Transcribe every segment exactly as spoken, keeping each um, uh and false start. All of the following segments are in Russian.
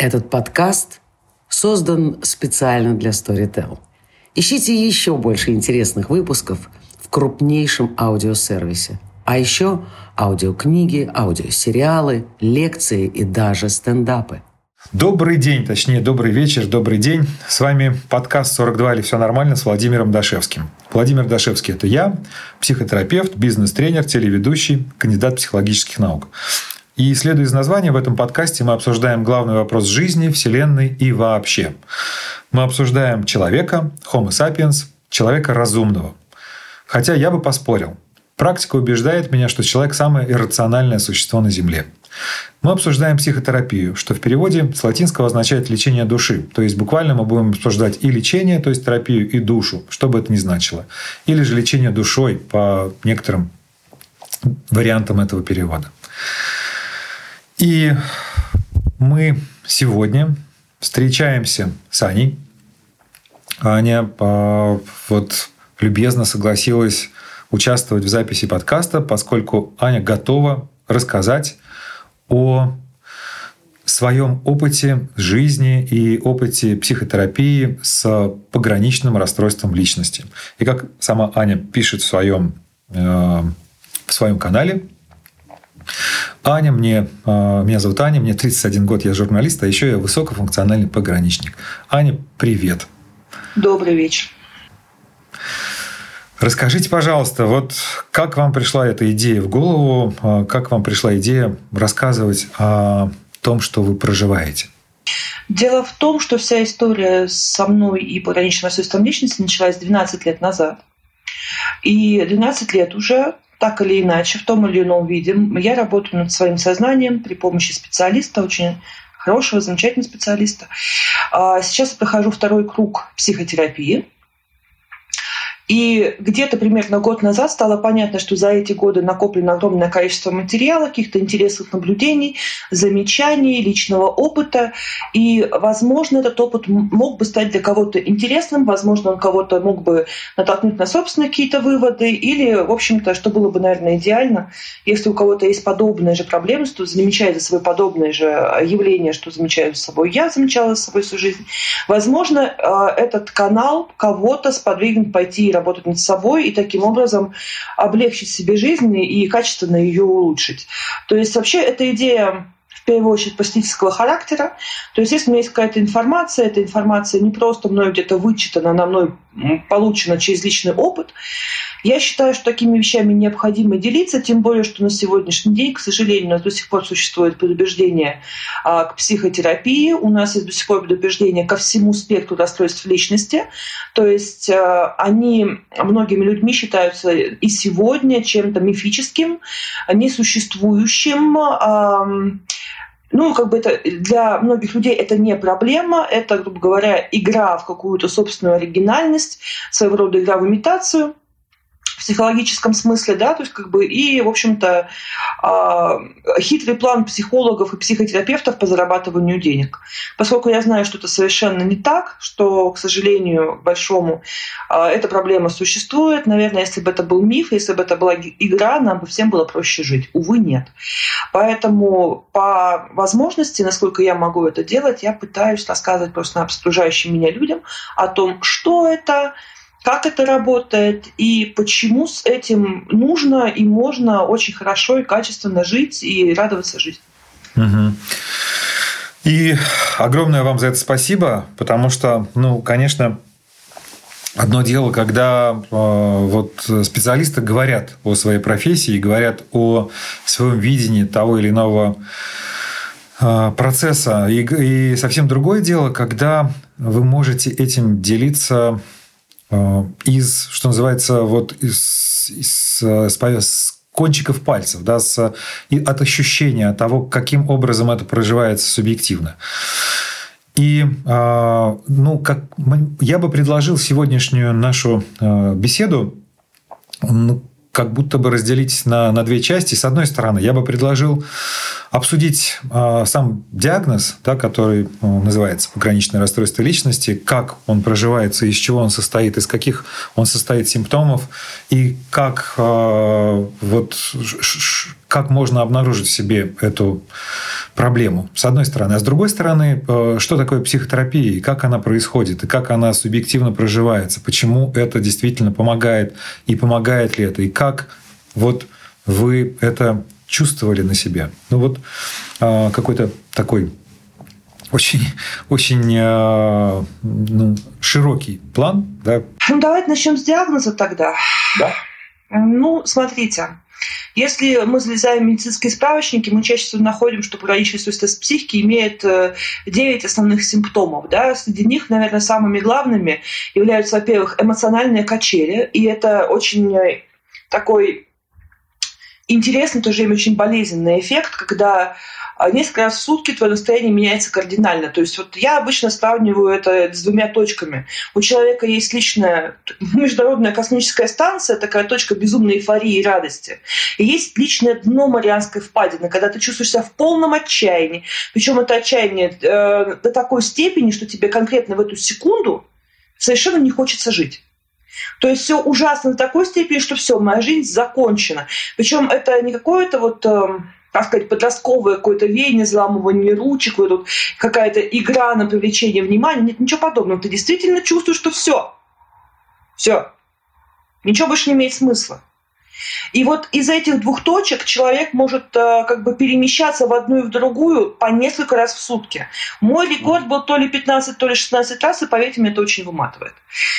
Этот подкаст создан специально для Storytel. Ищите еще больше интересных выпусков в крупнейшем аудиосервисе. А еще аудиокниги, аудиосериалы, лекции и даже стендапы. Добрый день, точнее, добрый вечер, добрый день. С вами подкаст сорок два или «Все нормально» с Владимиром Дашевским. Владимир Дашевский – это я, психотерапевт, бизнес-тренер, телеведущий, кандидат психологических наук. И, исследуя из названия, в этом подкасте мы обсуждаем главный вопрос жизни, Вселенной и вообще. Мы обсуждаем человека, Homo sapiens, человека разумного. Хотя я бы поспорил. Практика убеждает меня, что человек – самое иррациональное существо на Земле. Мы обсуждаем психотерапию, что в переводе с латинского означает «лечение души». То есть буквально мы будем обсуждать и лечение, то есть терапию, и душу, что бы это ни значило. Или же лечение душой по некоторым вариантам этого перевода. И мы сегодня встречаемся с Аней. Аня вот любезно согласилась участвовать в записи подкаста, поскольку Аня готова рассказать о своем опыте жизни и опыте психотерапии с пограничным расстройством личности. И как сама Аня пишет в своем, э, в своем канале, Аня, мне, э, меня зовут Аня, мне тридцать один год, я журналист, а еще я высокофункциональный пограничник. Аня, привет. Добрый вечер. Расскажите, пожалуйста, вот как вам пришла эта идея в голову, как вам пришла идея рассказывать о том, что вы проживаете? Дело в том, что вся история со мной и пограничным расстройством личности началась двенадцать лет назад. И двенадцать лет уже, так или иначе, в том или ином виде, я работаю над своим сознанием при помощи специалиста, очень хорошего, замечательного специалиста. Сейчас я прохожу второй круг психотерапии. И где-то примерно год назад стало понятно, что за эти годы накоплено огромное количество материала, каких-то интересных наблюдений, замечаний, личного опыта. И, возможно, этот опыт мог бы стать для кого-то интересным, возможно, он кого-то мог бы натолкнуть на собственные какие-то выводы. Или, в общем-то, что было бы, наверное, идеально, если у кого-то есть подобные же проблемы, что замечает за собой подобные же явления, что замечаю за собой я, замечала за собой всю жизнь. Возможно, этот канал кого-то сподвигнет пойти работать над собой и таким образом облегчить себе жизнь и качественно ее улучшить. То есть вообще эта идея в первую очередь просветительского характера. То есть если у меня есть какая-то информация, эта информация не просто мною где-то вычитана, она мной получена через личный опыт. Я считаю, что такими вещами необходимо делиться, тем более, что на сегодняшний день, к сожалению, у нас до сих пор существует предубеждение к психотерапии, у нас есть до сих пор предубеждение ко всему спектру расстройств личности. То есть они многими людьми считаются и сегодня чем-то мифическим, несуществующим. Ну, как бы это для многих людей это не проблема, это, грубо говоря, игра в какую-то собственную оригинальность, своего рода игра в имитацию в психологическом смысле, да, то есть как бы и, в общем-то, хитрый план психологов и психотерапевтов по зарабатыванию денег. Поскольку я знаю, что это совершенно не так, что, к сожалению, большому, эта проблема существует, наверное, если бы это был миф, если бы это была игра, нам бы всем было проще жить. Увы, нет. Поэтому по возможности, насколько я могу это делать, я пытаюсь рассказывать просто окружающим меня людям о том, что это, как это работает и почему с этим нужно и можно очень хорошо и качественно жить и радоваться жизни. Угу. И огромное вам за это спасибо, потому что, ну, конечно, одно дело, когда э, вот специалисты говорят о своей профессии, говорят о своем видении того или иного э, процесса, и, и совсем другое дело, когда вы можете этим делиться из, что называется, вот из, из, из, с кончиков пальцев, да, с, и от ощущения того, каким образом это проживается субъективно. И ну, как, я бы предложил сегодняшнюю нашу беседу ну, как будто бы разделить на, на две части. С одной стороны, я бы предложил обсудить э, сам диагноз, да, который э, называется пограничное расстройство личности, как он проживается, из чего он состоит, из каких он состоит симптомов, и как, э, вот, как можно обнаружить в себе эту проблему, с одной стороны. А с другой стороны, э, что такое психотерапия, и как она происходит, и как она субъективно проживается, почему это действительно помогает, и помогает ли это, и как вот вы это чувствовали на себе. Ну вот э, какой-то такой очень, очень э, ну, широкий план. Да? Ну, давайте начнем с диагноза тогда. Да. Ну, смотрите. Если мы залезаем в медицинские справочники, мы чаще всего находим, что пограничное расстройство психики имеет девять основных симптомов. Да? Среди них, наверное, самыми главными являются, во-первых, эмоциональные качели. И это очень такой интересный, в то же время очень болезненный эффект, когда несколько раз в сутки твое настроение меняется кардинально. То есть вот я обычно сравниваю это с двумя точками. У человека есть личная международная космическая станция, такая точка безумной эйфории и радости. И есть личное дно Марианской впадины, когда ты чувствуешь себя в полном отчаянии. Причем это отчаяние э, до такой степени, что тебе конкретно в эту секунду совершенно не хочется жить. То есть все ужасно до такой степени, что все, моя жизнь закончена. Причем это не какое-то вот, э, так сказать, подростковое какое-то веяние, взламывание ручек, вот, какая-то игра на привлечение внимания. Нет, ничего подобного. Ты действительно чувствуешь, что все, все, ничего больше не имеет смысла. И вот из этих двух точек человек может э, как бы перемещаться в одну и в другую по несколько раз в сутки. Мой рекорд был то ли пятнадцать, то ли шестнадцать раз, и поверьте мне, это очень выматывает.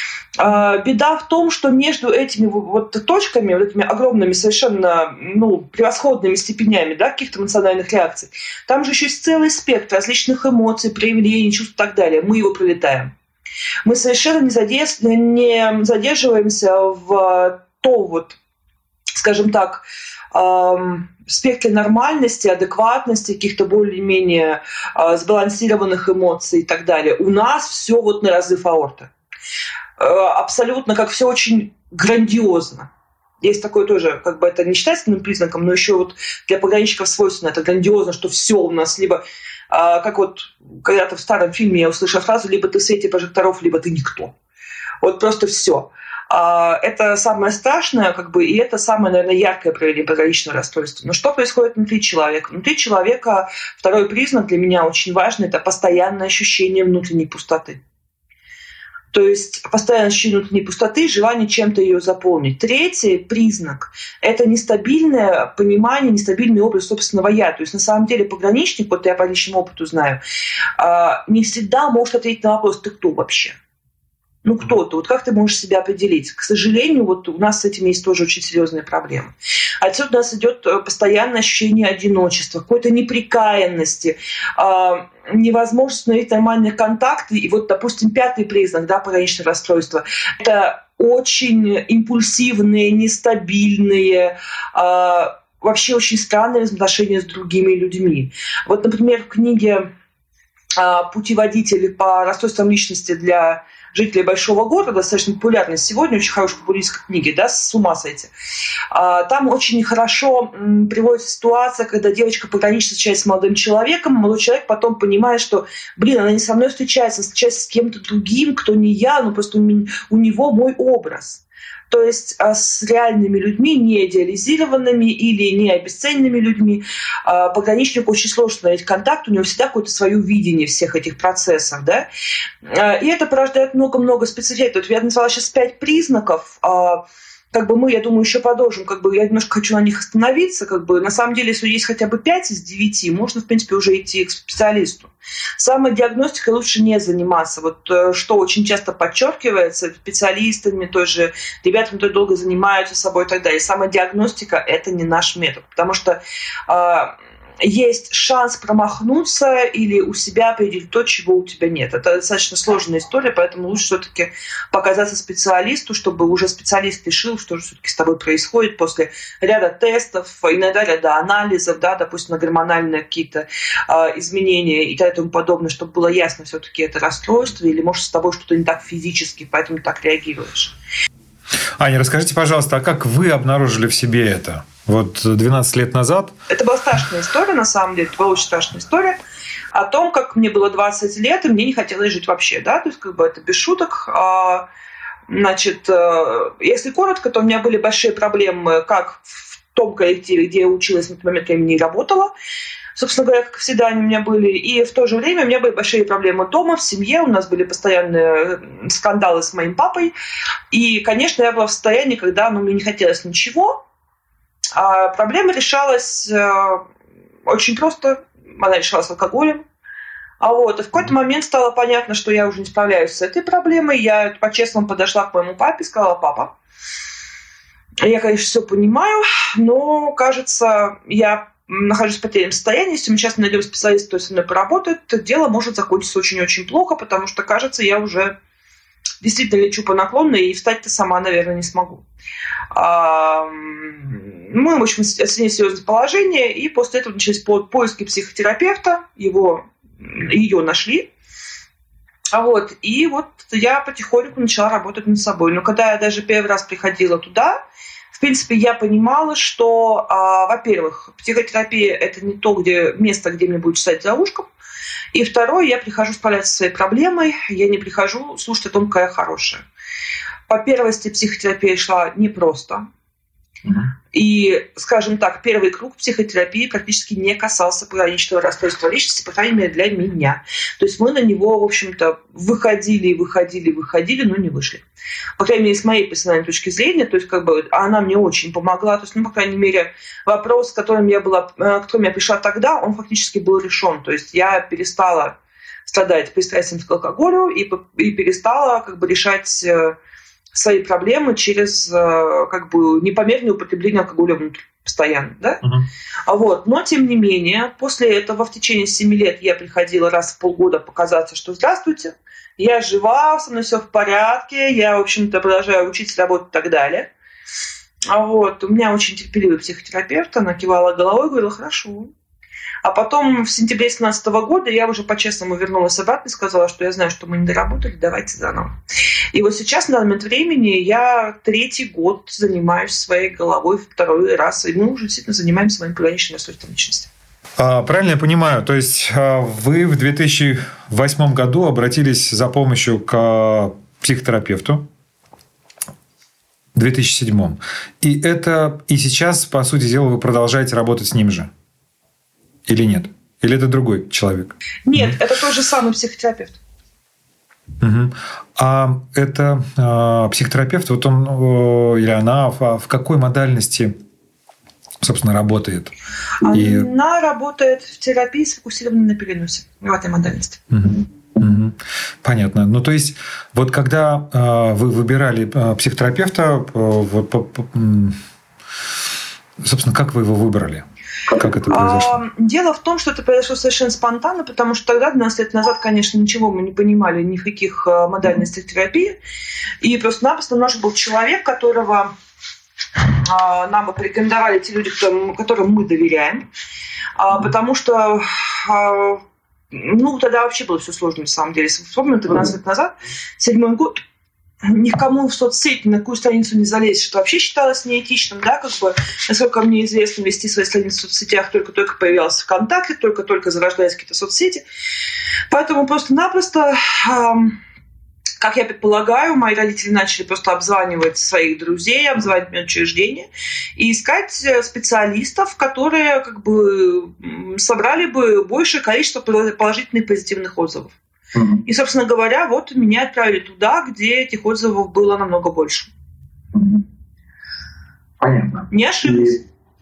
Э, беда в том, что между этими вот точками, вот этими огромными совершенно ну, превосходными степенями, да, каких-то эмоциональных реакций, там же еще есть целый спектр различных эмоций, проявлений, чувств и так далее. Мы его пролетаем. Мы совершенно не, задерж... не задерживаемся в то вот, скажем так, в спектре нормальности, адекватности, каких-то более-менее сбалансированных эмоций и так далее. У нас все вот на разрыв аорты. Абсолютно, как все очень грандиозно. Есть такое тоже, как бы это не считается признаком, но еще вот для пограничников свойственно это грандиозно, что все у нас либо, как вот когда-то в старом фильме я услышала фразу, либо ты в свете прожекторов, либо ты никто. Вот просто все. Это самое страшное, как бы, и это самое, наверное, яркое проявление пограничного расстройства. Но что происходит внутри человека? Внутри человека второй признак для меня очень важный – это постоянное ощущение внутренней пустоты. То есть постоянное ощущение внутренней пустоты, желание чем-то ее заполнить. Третий признак – это нестабильное понимание, нестабильный образ собственного «я». То есть на самом деле пограничник, вот я по личному опыту знаю, не всегда может ответить на вопрос «ты кто вообще?». Ну, кто ты? Вот как ты можешь себя определить? К сожалению, вот у нас с этим есть тоже очень серьезные проблемы. Отсюда у нас идет постоянное ощущение одиночества, какой-то неприкаянности, невозможность установить нормальные контакты. И вот, допустим, пятый признак, да, пограничного расстройства – это очень импульсивные, нестабильные, вообще очень странные взаимоотношения с другими людьми. Вот, например, в книге «Путеводитель по расстройствам личности для жителей большого города», достаточно популярной сегодня, очень хорошая популистская книга, да, с ума сойти. Там очень хорошо приводится ситуация, когда девочка погранично встречается с молодым человеком, молодой человек потом понимает, что, блин, она не со мной встречается, она встречается с кем-то другим, кто не я, но просто у него мой образ. То есть с реальными людьми, не идеализированными или не обесцененными людьми, пограничнику очень сложно установить контакт, у него всегда какое-то свое видение всех этих процессов. Да? И это порождает много-много спецэффектов. Вот я назвала сейчас пять признаков. Как бы мы, я думаю, еще продолжим. Как бы я немножко хочу на них остановиться. Как бы, на самом деле, если есть хотя бы пять из девяти, можно, в принципе, уже идти к специалисту. Самодиагностикой лучше не заниматься. Вот что очень часто подчеркивается специалистами, тоже ребятами, которые долго занимаются собой и так далее. Самодиагностика – это не наш метод. Потому что есть шанс промахнуться или у себя определить то, чего у тебя нет. Это достаточно сложная история, поэтому лучше все-таки показаться специалисту, чтобы уже специалист решил, что же все-таки с тобой происходит после ряда тестов, иногда ряда анализов, да, допустим, на гормональные какие-то э, изменения и тому подобное, чтобы было ясно, все-таки это расстройство или, может, с тобой что-то не так физически, поэтому так реагируешь. Аня, расскажите, пожалуйста, а как вы обнаружили в себе это? Вот двенадцать лет назад... Это была страшная история, на самом деле. Это была очень страшная история о том, как мне было двадцать лет, и мне не хотелось жить вообще. Да? То есть, как бы это без шуток. Значит, если коротко, то у меня были большие проблемы как в том коллективе, где я училась, на тот момент я не работала. Собственно говоря, как всегда, они у меня были. И в то же время у меня были большие проблемы дома, в семье. У нас были постоянные скандалы с моим папой. И, конечно, я была в состоянии, когда ну, мне не хотелось ничего. А проблема решалась очень просто. Она решалась алкоголем. А вот, и в какой-то момент стало понятно, что я уже не справляюсь с этой проблемой. Я по-честному подошла к моему папе и сказала: папа, я, конечно, все понимаю, но, кажется, я нахожусь в потерянном состоянии. Если мы сейчас не найдем специалиста, который со мной поработает, то дело может закончиться очень-очень плохо, потому что, кажется, я уже действительно лечу по наклонной, и встать-то сама, наверное, не смогу. Мы, в общем, оценили серьезное положение, и после этого начались поиски психотерапевта. Его, ее нашли. Вот, и вот я потихоньку начала работать над собой. Но когда я даже первый раз приходила туда, в принципе, я понимала, что, а, во-первых, психотерапия – это не то где, место, где мне будет чесать за ушком. И второе, я прихожу справляться со своей проблемой, я не прихожу слушать о том, какая я хорошая. По первости, психотерапия шла непросто. И, скажем так, первый круг психотерапии практически не касался пограничного расстройства личности, по крайней мере, для меня. То есть мы на него, в общем-то, выходили, выходили, выходили, но не вышли. По крайней мере, с моей персональной точки зрения, то есть как бы она мне очень помогла. То есть, ну, по крайней мере, вопрос, с которым я была, к которому я пришла тогда, он фактически был решен. То есть я перестала страдать пристрастием к алкоголю и, и перестала как бы решать свои проблемы через как бы непомерное употребление алкоголя внутрь постоянно, да? Uh-huh. Вот. Но, тем не менее, после этого в течение семи лет я приходила раз в полгода показаться, что здравствуйте, я жива, со мной все в порядке, я, в общем-то, продолжаю учиться, работать и так далее. Вот. У меня очень терпеливый психотерапевт, она кивала головой и говорила: хорошо. А потом в сентябре две тысячи семнадцатого года я уже по-честному вернулась обратно и сказала, что я знаю, что мы не доработали, давайте заново. И вот сейчас, на данный момент времени, я третий год занимаюсь своей головой второй раз, и мы уже действительно занимаемся своим пограничным расстройством личности. Правильно я понимаю, то есть вы в две тысячи восьмом году обратились за помощью к психотерапевту, в две тысячи седьмом. И это и сейчас, по сути дела, вы продолжаете работать с ним же? Или нет? Или это другой человек? Нет, mm-hmm. это тот же самый психотерапевт. Угу. А это э, психотерапевт, вот он э, или она в, в какой модальности, собственно, работает? Она И... работает в терапии, сфокусированной на переносе, в этой модальности. Угу. Угу. Понятно. Ну, то есть, вот когда э, вы выбирали э, психотерапевта, э, вот, по, по, собственно, как вы его выбрали? Как это произошло? Дело в том, что это произошло совершенно спонтанно, потому что тогда, двенадцать лет назад, конечно, ничего мы не понимали, ни в каких модальностях терапии. И просто-напросто наш был человек, которого нам порекомендовали те люди, которым мы доверяем. Потому что ну, тогда вообще было все сложно, на самом деле. Вспомню, двенадцать лет назад, седьмой год, никому в соцсети, ни на какую страницу не залезть, что вообще считалось неэтичным, да, как бы, насколько мне известно, вести свои страницы в соцсетях только-только появлялся ВКонтакте, только-только зарождались какие-то соцсети. Поэтому просто-напросто, эм, как я предполагаю, мои родители начали просто обзванивать своих друзей, обзванивать учреждения и искать специалистов, которые как бы собрали бы большее количество положительных позитивных отзывов. И, собственно говоря, вот меня отправили туда, где этих отзывов было намного больше. Понятно. Не ошиблась.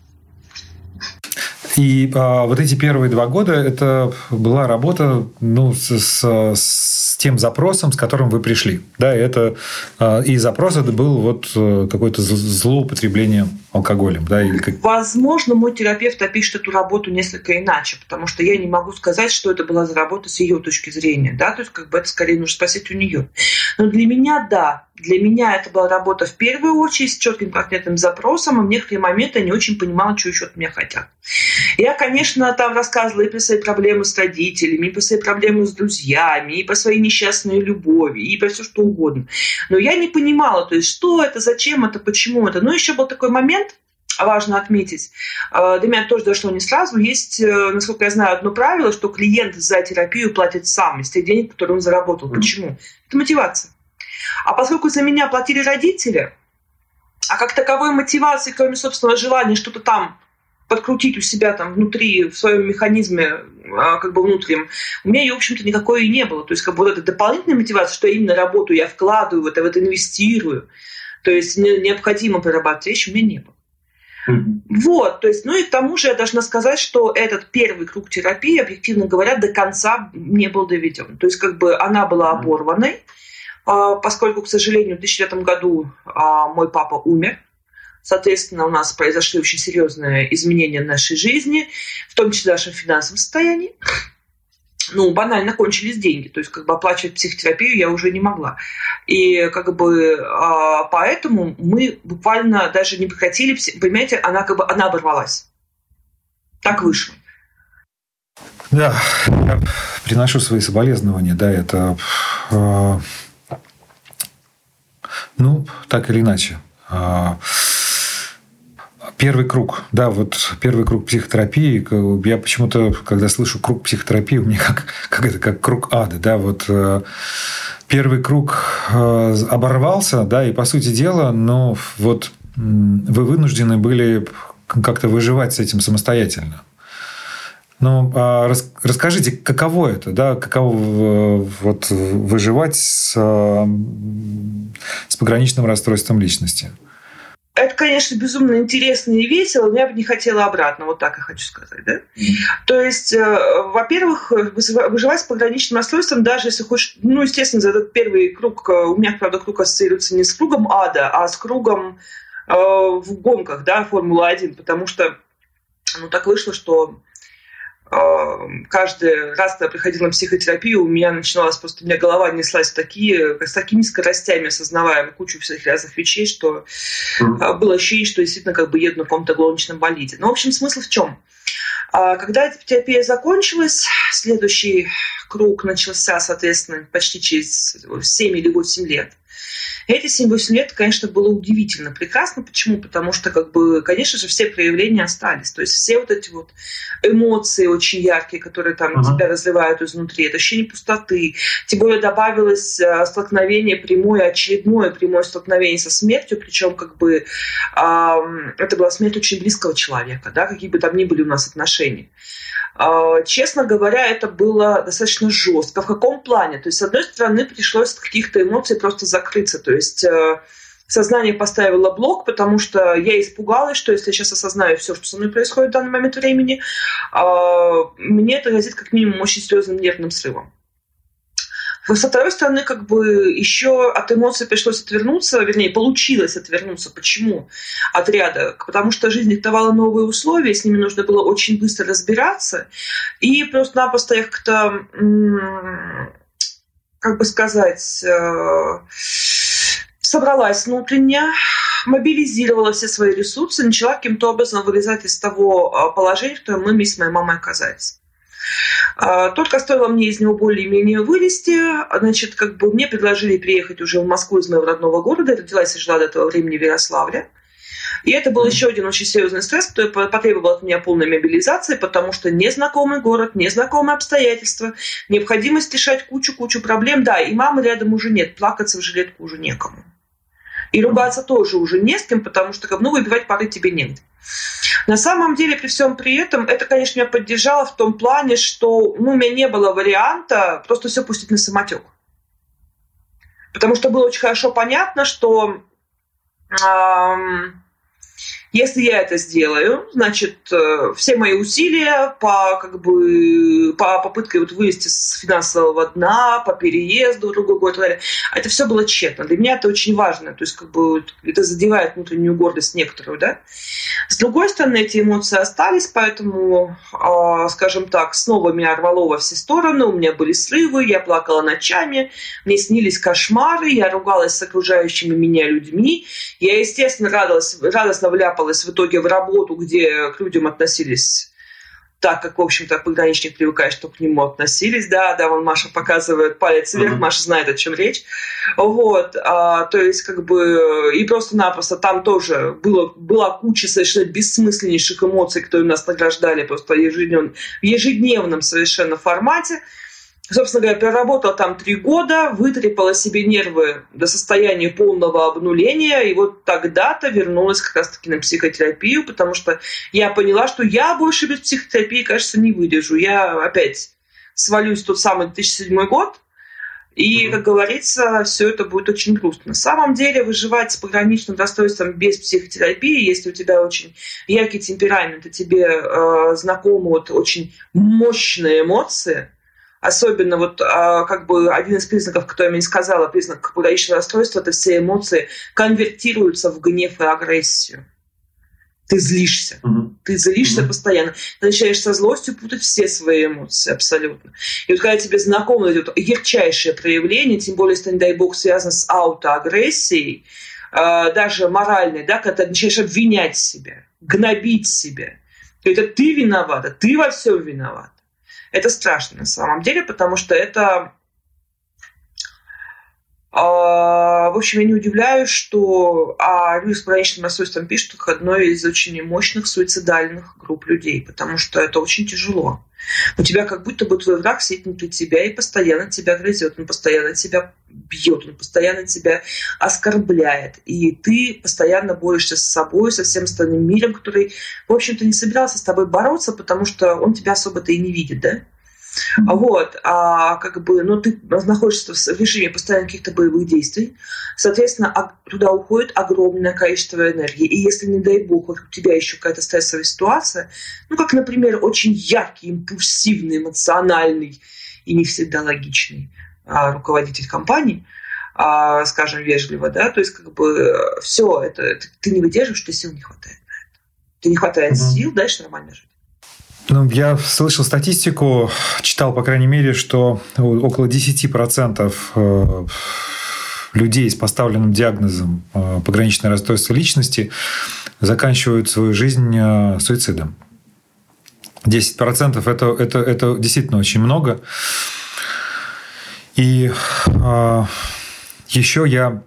И а, вот эти первые два года это была работа ну, с, с, с тем запросом, с которым вы пришли. Да, это, а, и запрос это был вот какое-то злоупотребление алкоголем. Да, или как... Возможно, мой терапевт опишет эту работу несколько иначе, потому что я не могу сказать, что это была за работа с ее точки зрения. Да? То есть, как бы это скорее нужно спросить у нее. Но для меня, да, для меня это была работа в первую очередь с четким конкретным запросом, и в некоторые моменты я не очень понимала, что еще от меня хотят. Я, конечно, там рассказывала и про свои проблемы с родителями, и про свои проблемы с друзьями, и про свои несчастные любови, и про все что угодно. Но я не понимала, то есть, что это, зачем это, почему это. Но еще был такой момент, важно отметить, до меня тоже дошло не сразу. Есть, насколько я знаю, одно правило, что клиент за терапию платит сам из тех денег, которые он заработал. Mm-hmm. Почему? Это мотивация. А поскольку за меня платили родители, а как таковой мотивации, кроме собственного желания что-то там подкрутить у себя там внутри, в своем механизме, как бы внутреннем, у меня ее, в общем-то, никакой и не было. То есть как бы вот эта дополнительная мотивация, что я именно работаю, я вкладываю в это, в это инвестирую, то есть необходимо прорабатывать вещи, у меня не было. Mm-hmm. Вот, то есть, ну и к тому же я должна сказать, что этот первый круг терапии, объективно говоря, до конца не был доведен. То есть как бы она была оборванной, поскольку, к сожалению, в две тысячи девятом году мой папа умер. Соответственно, у нас произошли очень серьезные изменения в нашей жизни, в том числе в нашем финансовом состоянии. Ну, банально кончились деньги. То есть, как бы оплачивать психотерапию я уже не могла. И как бы поэтому мы буквально даже не прекратили, понимаете, она как бы она оборвалась. Так вышло. Да, я приношу свои соболезнования, да, это э, ну, так или иначе. Э, Первый круг, да, вот первый круг психотерапии. Я почему-то, когда слышу круг психотерапии, у меня как, как это, как круг ада, да, вот первый круг оборвался, да, и по сути дела, ну, вот вы вынуждены были как-то выживать с этим самостоятельно. Ну, расскажите, каково это, да, каково вот выживать с, с пограничным расстройством личности? Это, конечно, безумно интересно и весело, но я бы не хотела обратно, вот так я хочу сказать. Да? Mm-hmm. То есть, во-первых, выживать с пограничным расстройством, даже если хочешь, ну, естественно, за этот первый круг, у меня, правда, круг ассоциируется не с кругом ада, а с кругом э, в гонках, да, Формула один, потому что, ну, так вышло, что каждый раз, когда я приходила на психотерапию, у меня начиналась просто, у меня голова неслась в такие, с такими скоростями, осознавая кучу всяких разных вещей, что mm-hmm. было ощущение, что действительно как бы еду на каком-то гоночном болиде. Но, в общем, смысл в чем? Когда эта терапия закончилась, следующий круг начался, соответственно, почти через семь или восемь лет. Эти семь-восемь лет, конечно, было удивительно прекрасно. Почему? Потому что, как бы, конечно же, все проявления остались. То есть все вот эти вот эмоции очень яркие, которые там uh-huh. тебя разливают изнутри, это ощущение пустоты. Тем более добавилось столкновение прямое, очередное прямое столкновение со смертью, причем как бы э, это была смерть очень близкого человека, да, какие бы там ни были у нас отношения. Честно говоря, это было достаточно жестко. В каком плане? То есть, с одной стороны, пришлось от каких-то эмоций просто закрыться. То есть, сознание поставило блок, потому что я испугалась, что если я сейчас осознаю все, что со мной происходит в данный момент времени, мне это грозит как минимум очень серьезным нервным срывом. С второй стороны, как бы еще от эмоций пришлось отвернуться, вернее, получилось отвернуться. Почему от ряда? Потому что жизнь диктовала новые условия, с ними нужно было очень быстро разбираться. И просто-напросто я как-то, как бы сказать, собралась внутренне, мобилизировала все свои ресурсы, начала каким-то образом вылезать из того положения, в котором мы с моей мамой оказались. Только стоило мне из него более-менее вылезти, значит, как бы мне предложили приехать уже в Москву из моего родного города. Я родилась и жила до этого времени в Ярославле. И это был еще один очень серьезный стресс, который потребовал от меня полной мобилизации, потому что незнакомый город, незнакомые обстоятельства, необходимость решать кучу-кучу проблем. Да, и мамы рядом уже нет, плакаться в жилетку уже некому. И ругаться тоже уже не с кем, потому что, ну, выбивать пары тебе негде. На самом деле, при всем при этом, это, конечно, меня поддержало в том плане, что ну, у меня не было варианта просто все пустить на самотек. Потому что было очень хорошо понятно, что эм, если я это сделаю, значит, все мои усилия по, как бы, по попытке вот вылезти с финансового дна, по переезду в другой город и так далее, это все было тщетно. Для меня это очень важно. То есть, как бы, это задевает внутреннюю гордость некоторую, да. С другой стороны, эти эмоции остались, поэтому, э, скажем так, снова меня рвало во все стороны, у меня были срывы, я плакала ночами, мне снились кошмары, я ругалась с окружающими меня людьми, я, естественно, радовалась, радостно вляпалась в итоге в работу, где к людям относились так, как, в общем-то, пограничник привыкает, что к нему относились, да, да, вон Маша показывает палец вверх, mm-hmm. Маша знает, о чем речь, вот, а, то есть, как бы, и просто-напросто там тоже было, была куча совершенно бессмысленнейших эмоций, которые нас награждали просто ежедневно, в ежедневном совершенно формате. Собственно говоря, проработала там три года, вытрепала себе нервы до состояния полного обнуления, и вот тогда-то вернулась как раз-таки на психотерапию, потому что я поняла, что я больше без психотерапии, кажется, не выдержу. Я опять свалюсь в тот самый две тысячи седьмой год, и, как говорится, все это будет очень грустно. На самом деле выживать с пограничным расстройством без психотерапии, если у тебя очень яркий темперамент, и тебе э, знакомы вот очень мощные эмоции, особенно вот а, как бы один из признаков, который я не сказала, признак пограничного расстройства, это все эмоции конвертируются в гнев и агрессию. Ты злишься. Mm-hmm. Ты злишься mm-hmm. постоянно. Ты начинаешь со злостью путать все свои эмоции абсолютно. И вот когда тебе знакомо идет ярчайшее проявление, тем более, если, не дай бог, связано с аутоагрессией, э, даже моральной, да, когда ты начинаешь обвинять себя, гнобить себя. Это ты виновата, ты во всем виноват. Это страшно на самом деле, потому что это... Э, в общем, я не удивляюсь, что а люди с пограничным расстройством пишут как одной из очень мощных суицидальных групп людей, потому что это очень тяжело. У тебя как будто бы твой враг сидит внутри тебя и постоянно тебя грызет, он постоянно тебя бьет, он постоянно тебя оскорбляет. И ты постоянно борешься с собой, со всем остальным миром, который, в общем-то, не собирался с тобой бороться, потому что он тебя особо-то и не видит, да? Mm-hmm. Вот, а как бы, ну, ты находишься в режиме постоянно каких-то боевых действий, соответственно, туда уходит огромное количество энергии. И если, не дай бог, вот у тебя еще какая-то стрессовая ситуация, ну, как, например, очень яркий, импульсивный, эмоциональный и не всегда логичный а, руководитель компании, а, скажем, вежливо, да, то есть, как бы, все это, это ты не выдерживаешь, что сил не хватает на это. Тебе не хватает mm-hmm. сил дальше нормально жить. Ну, я слышал статистику, читал, по крайней мере, что около десять процентов людей с поставленным диагнозом пограничное расстройство личности заканчивают свою жизнь суицидом. десять процентов это, это, это действительно очень много. И э, еще я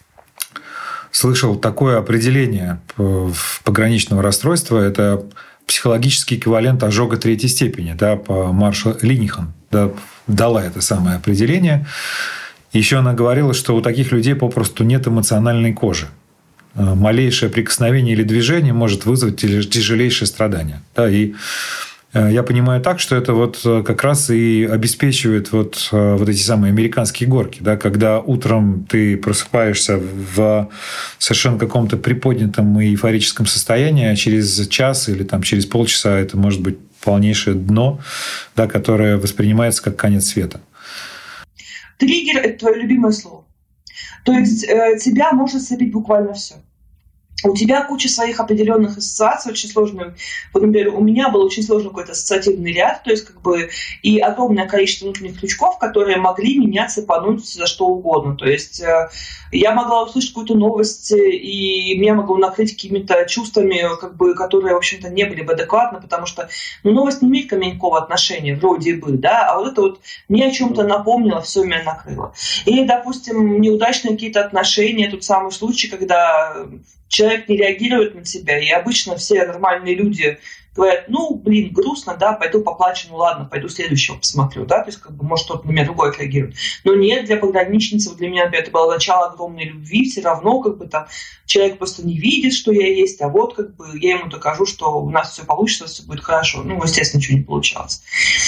слышал такое определение пограничного расстройства. Это психологический эквивалент ожога третьей степени, да, по Маршал Линихан, да, дала это самое определение. Еще она говорила, что у таких людей попросту нет эмоциональной кожи. Малейшее прикосновение или движение может вызвать тяжелейшее страдание. Да, и я понимаю так, что это вот как раз и обеспечивает вот, вот эти самые американские горки, да, когда утром ты просыпаешься в совершенно каком-то приподнятом и эйфорическом состоянии, а через час или там, через полчаса это может быть полнейшее дно, да, которое воспринимается как конец света. Триггер – это твое любимое слово. То есть э, тебя может слепить буквально все. У тебя куча своих определенных ассоциаций, очень сложных. Вот, например, у меня был очень сложный какой-то ассоциативный ряд, то есть как бы и огромное количество внутренних крючков, которые могли меня цепануть за что угодно. То есть э, я могла услышать какую-то новость, и меня могло накрыть какими-то чувствами, как бы, которые, в общем-то, не были бы адекватны, потому что ну, новость не имеет ко мне никакого отношения, вроде бы, да, а вот это вот мне о чем-то напомнило, все меня накрыло. Или, допустим, неудачные какие-то отношения, тот самый случай, когда человек не реагирует на тебя, и обычно все нормальные люди говорят, ну, блин, грустно, да, пойду поплачу, ну ладно, пойду следующего посмотрю, да, то есть, как бы, может, кто-то на меня другой реагирует. Но нет, для пограничницы, для меня, например, это было начало огромной любви, все равно, как бы, там, человек просто не видит, что я есть, а вот, как бы, я ему докажу, что у нас все получится, все будет хорошо. Ну, естественно, ничего не получалось.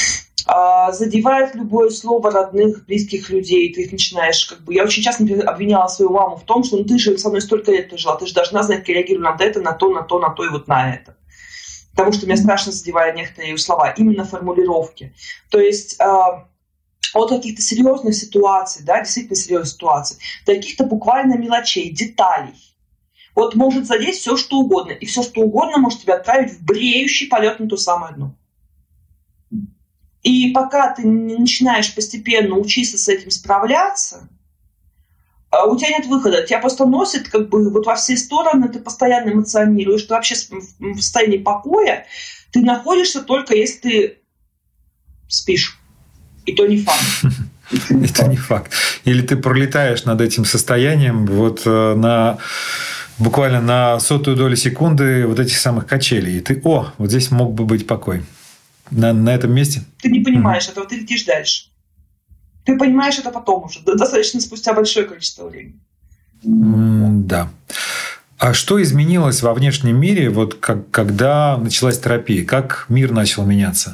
Задевает любое слово родных, близких людей, ты их начинаешь, как бы, я очень часто, например, обвиняла свою маму в том, что ну ты же со мной столько лет жила, ты же должна знать, как я реагирую на это, на то, на то, на то и вот на это. Потому что меня страшно задевают некоторые слова, именно формулировки. То есть э, от каких-то серьезных ситуаций, да, действительно серьезных ситуаций, до каких-то буквально мелочей, деталей. Вот может задеть все, что угодно, и все, что угодно может тебя отправить в бреющий полет на то самое дно. И пока ты не начинаешь постепенно учиться с этим справляться, у тебя нет выхода, тебя просто носит как бы вот во все стороны, ты постоянно эмоционируешь, ты вообще в состоянии покоя, ты находишься только если ты спишь, и то не факт. Это не факт. Или ты пролетаешь над этим состоянием вот на буквально на сотую долю секунды вот этих самых качелей, и ты, о, вот здесь мог бы быть покой. На, на этом месте. Ты не понимаешь mm-hmm. этого, ты летишь дальше. Ты понимаешь это потом уже, достаточно спустя большое количество времени. Mm, да. А что изменилось во внешнем мире, вот как, когда началась терапия? Как мир начал меняться?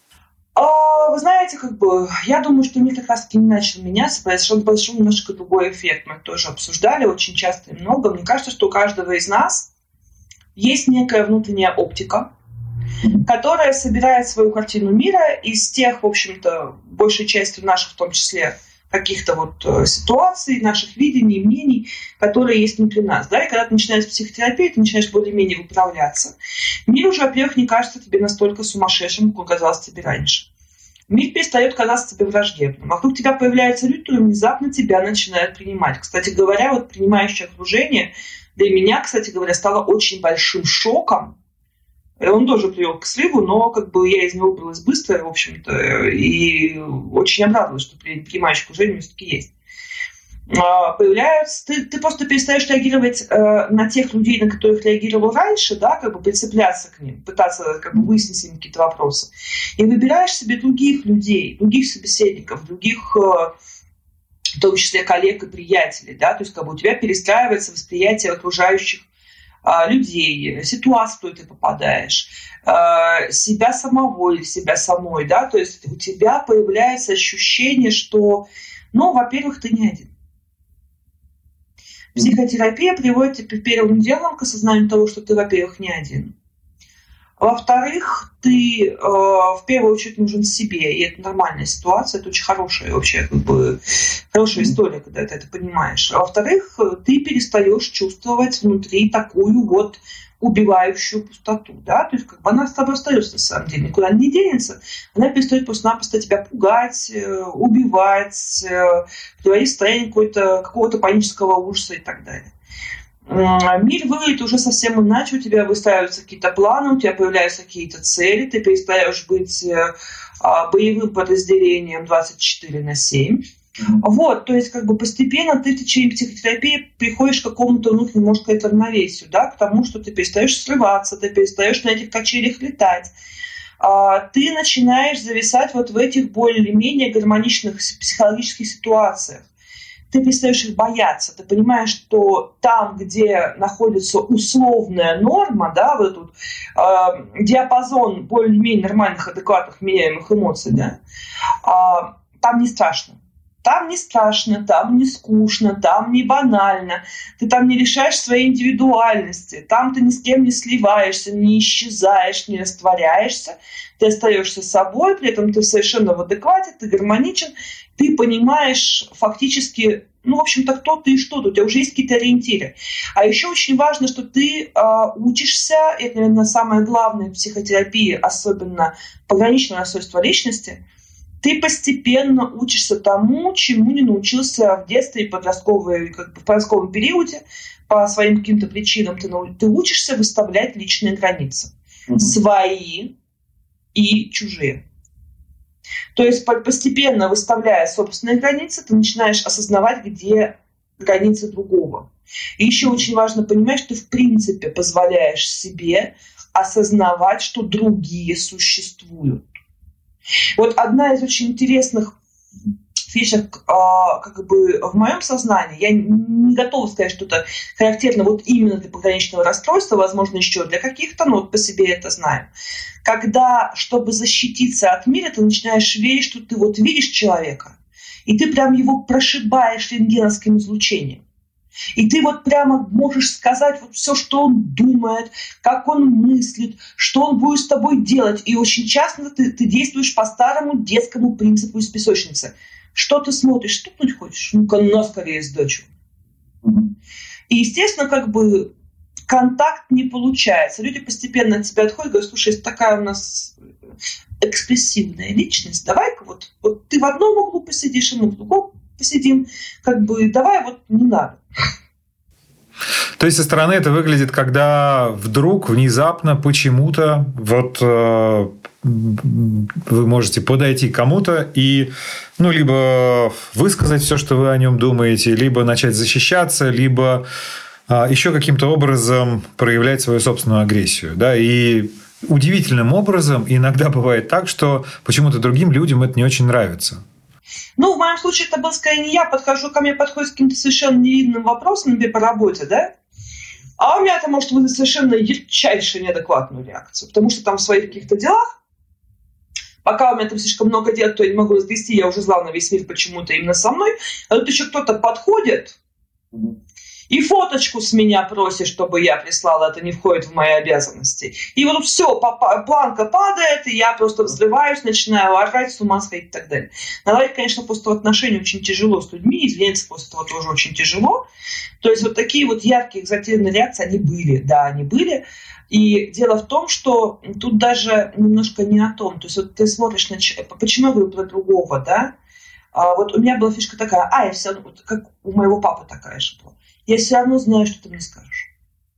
А, вы знаете, как бы, я думаю, что мир как раз-таки не начал меняться, произошел большой немножко другой эффект. Мы это тоже обсуждали очень часто и много. Мне кажется, что у каждого из нас есть некая внутренняя оптика, которая собирает свою картину мира из тех, в общем-то, большей частью наших, в том числе, каких-то вот ситуаций, наших видений, мнений, которые есть внутри нас. Да? И когда ты начинаешь психотерапию, ты начинаешь более-менее выправляться. Мир уже, во-первых, не кажется тебе настолько сумасшедшим, как он казался тебе раньше. Мир перестает казаться тебе враждебным. Вокруг тебя появляются люди, которые внезапно тебя начинают принимать. Кстати говоря, вот принимающее окружение для меня, кстати говоря, стало очень большим шоком. Он тоже привел к сливу, но как бы я из него выбралась быстро, в общем-то, и очень обрадовалась, что принимающее окружение все-таки есть. Появляются, ты, ты просто перестаешь реагировать э, на тех людей, на которых реагировал раньше, да, как бы прицепляться к ним, пытаться как бы выяснить с ними какие-то вопросы. И выбираешь себе других людей, других собеседников, других, э, в том числе коллег и приятелей, да, то есть как бы у тебя перестраивается восприятие окружающих людей, ситуацию, в которую ты попадаешь, себя самого или себя самой, да, то есть у тебя появляется ощущение, что, ну, во-первых, ты не один. Психотерапия приводит тебя первым делом к осознанию того, что ты, во-первых, не один. Во-вторых, ты э, в первую очередь нужен себе, и это нормальная ситуация, это очень хорошая вообще, как бы, хорошая история, когда ты это понимаешь. А во-вторых, ты перестаешь чувствовать внутри такую вот убивающую пустоту, да, то есть как бы она с тобой остается на самом деле, никуда не денется, она перестает просто-напросто тебя пугать, убивать, приводить в состояние какого-то, какого-то панического ужаса и так далее. Мир выглядит уже совсем иначе, у тебя выстраиваются какие-то планы, у тебя появляются какие-то цели, ты перестаешь быть боевым подразделением двадцать четыре на семь. Вот, то есть как бы постепенно ты в течение психотерапии приходишь к какому-то внутреннему, можно сказать, равновесию, да, к тому, что ты перестаешь срываться, ты перестаешь на этих качелях летать. Ты начинаешь зависать вот в этих более-менее гармоничных психологических ситуациях. Ты перестаешь их бояться, ты понимаешь, что там, где находится условная норма, да, вот тут э, диапазон более-менее нормальных, адекватных, меняемых эмоций, да, э, там не страшно. Там не страшно, там не скучно, там не банально, ты там не лишаешь своей индивидуальности, там ты ни с кем не сливаешься, не исчезаешь, не растворяешься, ты остаешься собой, при этом ты совершенно в адеквате, ты гармоничен, ты понимаешь фактически, ну, в общем-то, кто ты и что ты, у тебя уже есть какие-то ориентиры. А еще очень важно, что ты э, учишься, это, наверное, самое главное в психотерапии, особенно пограничное расстройство личности, ты постепенно учишься тому, чему не научился в детстве и подростковой, как бы в подростковом периоде, по своим каким-то причинам. Ты, ты учишься выставлять личные границы. Mm-hmm. Свои и чужие. То есть постепенно выставляя собственные границы, ты начинаешь осознавать, где границы другого. И еще очень важно понимать, что ты в принципе позволяешь себе осознавать, что другие существуют. Вот одна из очень интересных фишек как бы в моем сознании, я не готова сказать, что это характерно вот именно для пограничного расстройства, возможно, еще для каких-то, но вот по себе это знаю. Когда, чтобы защититься от мира, ты начинаешь верить, что ты вот видишь человека, и ты прям его прошибаешь рентгеновским излучением. И ты вот прямо можешь сказать вот все, что он думает, как он мыслит, что он будет с тобой делать. И очень часто ты, ты действуешь по старому детскому принципу из песочницы. Что ты смотришь, стукнуть хочешь? Ну-ка, на скорее сдачу. И, естественно, как бы контакт не получается. Люди постепенно от тебя отходят, говорят, слушай, есть такая у нас экспрессивная личность, давай-ка вот, вот ты в одном углу посидишь, и мы в другом. посидим, как бы давай вот не надо. То есть со стороны это выглядит, когда вдруг, внезапно, почему-то вот э, вы можете подойти к кому-то и ну, либо высказать все, что вы о нем думаете, либо начать защищаться, либо э, еще каким-то образом проявлять свою собственную агрессию. Да? И удивительным образом иногда бывает так, что почему-то другим людям это не очень нравится. Ну, в моем случае это был скорее не я. Подхожу, ко мне подходит с каким-то совершенно невинным вопросом, например, по работе, да? А у меня это может вызвать совершенно ярчайшую неадекватную реакцию. Потому что там в своих каких-то делах, пока у меня там слишком много дел, то я не могу разгрести, я уже зла на весь мир почему-то именно со мной. А тут еще кто-то подходит и фоточку с меня просит, чтобы я прислала, это не входит в мои обязанности. И вот все, планка падает, и я просто взрываюсь, начинаю орать, с ума сходить и так далее. Наладить, конечно, после этого отношения очень тяжело с людьми, извиняться после этого тоже очень тяжело. То есть вот такие вот яркие экзальтированные реакции, они были, да, они были. И дело в том, что тут даже немножко не о том. То есть вот ты смотришь на человека, почему я говорю про другого, да? А вот у меня была фишка такая, а, я все равно, вот как у моего папы такая же была. Я все равно знаю, что ты мне скажешь.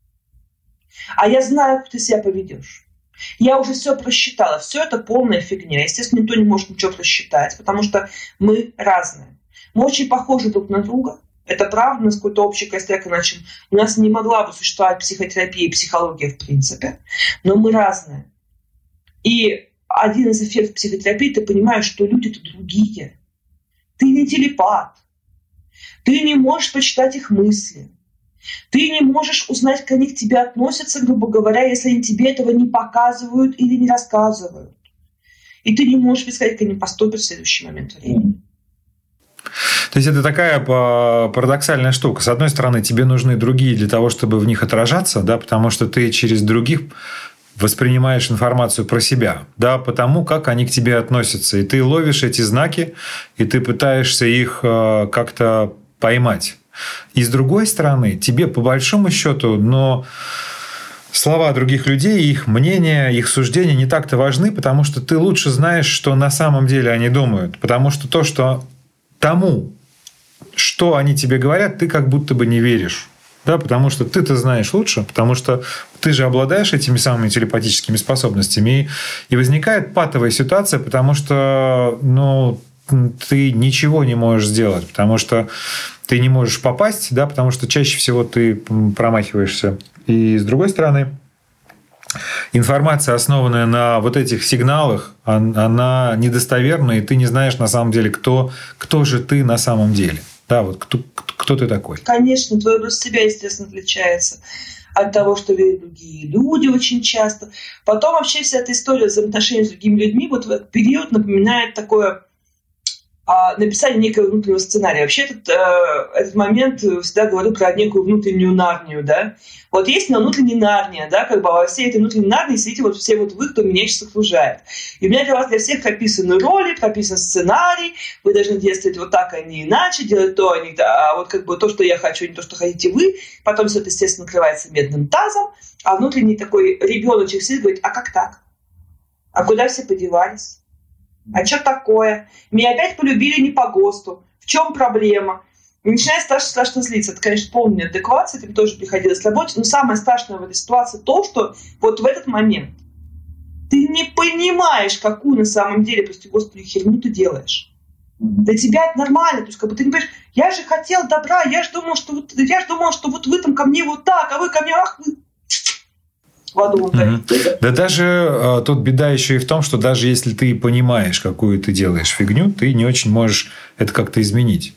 А я знаю, как ты себя поведешь. Я уже все просчитала. Все это полная фигня. Естественно, никто не может ничего просчитать, потому что мы разные. Мы очень похожи друг на друга. Это правда, у нас какой-то общий костяк, иначе у нас не могла бы существовать психотерапия и психология в принципе. Но мы разные. И один из эффектов психотерапии, ты понимаешь, что люди-то другие. Ты не телепат. Ты не можешь почитать их мысли. Ты не можешь узнать, как они к тебе относятся, грубо говоря, если они тебе этого не показывают или не рассказывают. И ты не можешь предсказать, как они поступят в следующий момент времени. То есть это такая парадоксальная штука. С одной стороны, тебе нужны другие для того, чтобы в них отражаться, да, потому что ты через других воспринимаешь информацию про себя, да, потому как они к тебе относятся. И ты ловишь эти знаки, и ты пытаешься их как-то поймать. И с другой стороны, тебе по большому счету, но слова других людей, их мнения, их суждения не так-то важны, потому что ты лучше знаешь, что на самом деле они думают. Потому что то, что тому, что они тебе говорят, ты как будто бы не веришь. Да, потому что ты-то знаешь лучше, потому что ты же обладаешь этими самыми телепатическими способностями. И, и возникает патовая ситуация, потому что ну, ты ничего не можешь сделать, потому что ты не можешь попасть, да, потому что чаще всего ты промахиваешься. И с другой стороны, информация, основанная на вот этих сигналах, она недостоверна, и ты не знаешь на самом деле, кто, кто же ты на самом деле. Да, вот кто, кто ты такой? Конечно, твой образ себя, естественно, отличается от того, что видят другие люди очень часто. Потом вообще вся эта история взаимоотношений с другими людьми вот в этот период напоминает такое а, написание некого внутреннего сценария. Вообще этот, э, этот момент всегда говорю про некую внутреннюю Нарнию, да. Вот есть внутренняя Нарния, да, как бы во всей этой внутренней Нарнии сидите вот все вот вы, кто меня сейчас окружает. И у меня для вас, для всех прописаны роли, прописан сценарий, вы должны действовать вот так, а не иначе, делать то, а не а вот как бы то, что я хочу, не то, что хотите вы. Потом все это, естественно, накрывается медным тазом, а внутренний такой ребеночек сидит и говорит, а как так? А куда все подевались? А что такое? Меня опять полюбили не по ГОСТу. В чем проблема? И начинает страшно, страшно злиться. Это, конечно, полная неадеквация, этим тоже приходилось работать. Но самое страшное в этой ситуации то, что вот в этот момент ты не понимаешь, какую на самом деле, прости Господи, херню ты делаешь. Для тебя это нормально. То есть, как бы ты не понимаешь, я же хотел добра, я же думал, что вот, я же думал, что вот вы там ко мне вот так, а вы ко мне, ах, вы... в аду. Mm-hmm. Да даже а, тут беда еще и в том, что даже если ты понимаешь, какую ты делаешь фигню, ты не очень можешь это как-то изменить.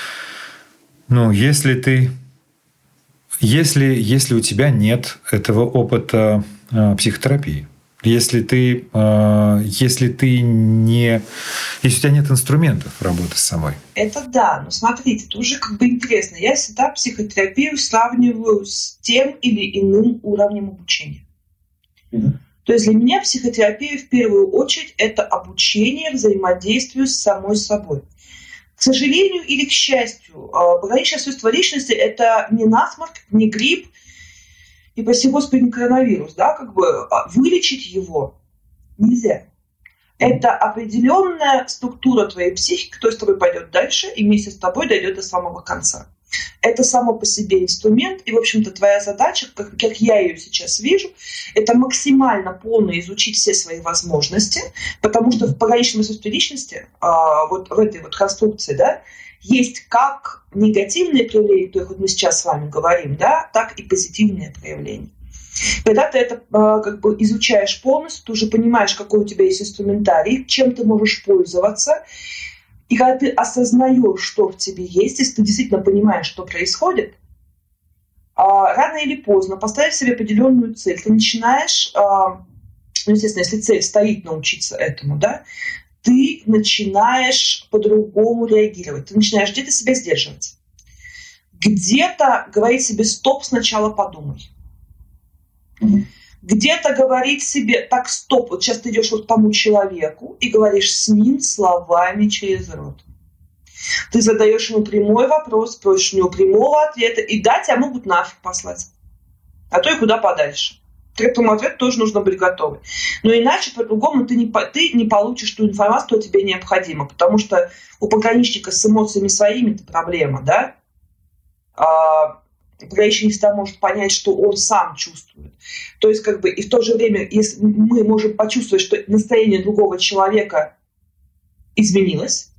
Ну, если ты... Если, если у тебя нет этого опыта э, психотерапии, если ты, э, если ты не... Если у тебя нет инструментов работы с собой. Это да, но смотрите, это уже как бы интересно. Я всегда психотерапию сравниваю с тем или иным уровнем обучения. Mm-hmm. То есть для меня психотерапия в первую очередь это обучение взаимодействию с самой собой. К сожалению или к счастью, пограничное расстройство личности – это не насморк, не грипп и, прости Господи, не коронавирус. Да? Как бы вылечить его нельзя. Это определенная структура твоей психики, которая с тобой пойдет дальше и вместе с тобой дойдет до самого конца. Это само по себе инструмент, и, в общем-то, твоя задача, как, как я ее сейчас вижу, это максимально полно изучить все свои возможности, потому что в пограничном отсутствии личности, а, вот в этой вот конструкции, да, есть как негативные проявления, о которых вот мы сейчас с вами говорим, да, так и позитивные проявления. Когда ты это а, как бы изучаешь полностью, ты уже понимаешь, какой у тебя есть инструментарий, чем ты можешь пользоваться. И когда ты осознаешь, что в тебе есть, если ты действительно понимаешь, что происходит, рано или поздно, поставив себе определенную цель, ты начинаешь, ну, естественно, если цель стоит научиться этому, да, ты начинаешь по-другому реагировать. Ты начинаешь где-то себя сдерживать. Где-то говорить себе «стоп, сначала подумай». Mm-hmm. Где-то говорить себе «так, стоп, вот сейчас ты идешь вот к тому человеку и говоришь с ним словами через рот». Ты задаешь ему прямой вопрос, просишь у него прямого ответа, и да, тебя могут нафиг послать. А то и куда подальше. К этому ответу тоже нужно быть готовым. Но иначе по-другому ты не, ты не получишь ту информацию, которая тебе необходима. Потому что у пограничника с эмоциями своими это проблема, да? А, пограничник не всегда может понять, что он сам чувствует. То есть, как бы, и в то же время, если мы можем почувствовать, что настроение другого человека изменилось,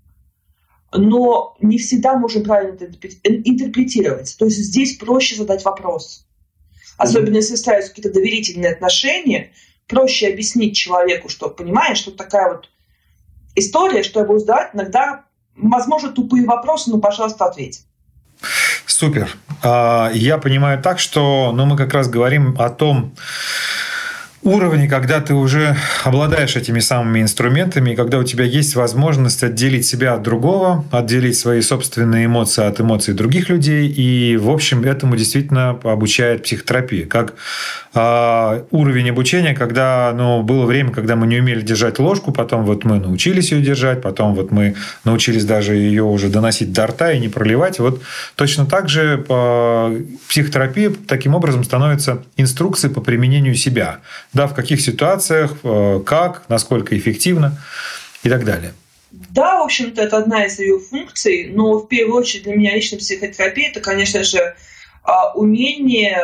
но не всегда можем правильно это интерпретировать. То есть здесь проще задать вопрос. Особенно если ставятся какие-то доверительные отношения, проще объяснить человеку, что понимаешь, что такая вот история, что я буду задавать иногда, возможно, тупые вопросы, но, пожалуйста, ответь. Супер. Я понимаю так, что ну, мы как раз говорим о том уровне, когда ты уже обладаешь этими самыми инструментами, и когда у тебя есть возможность отделить себя от другого, отделить свои собственные эмоции от эмоций других людей. И, в общем, этому действительно обучает психотерапия. Как э, уровень обучения, когда ну, было время, когда мы не умели держать ложку, потом вот мы научились ее держать, потом вот мы научились даже ее уже доносить до рта и не проливать. Вот точно так же э, психотерапия таким образом становится инструкцией по применению себя. Да, в каких ситуациях, как, насколько эффективно и так далее. Да, в общем-то, это одна из ее функций, но в первую очередь для меня лично психотерапия – это, конечно же, умение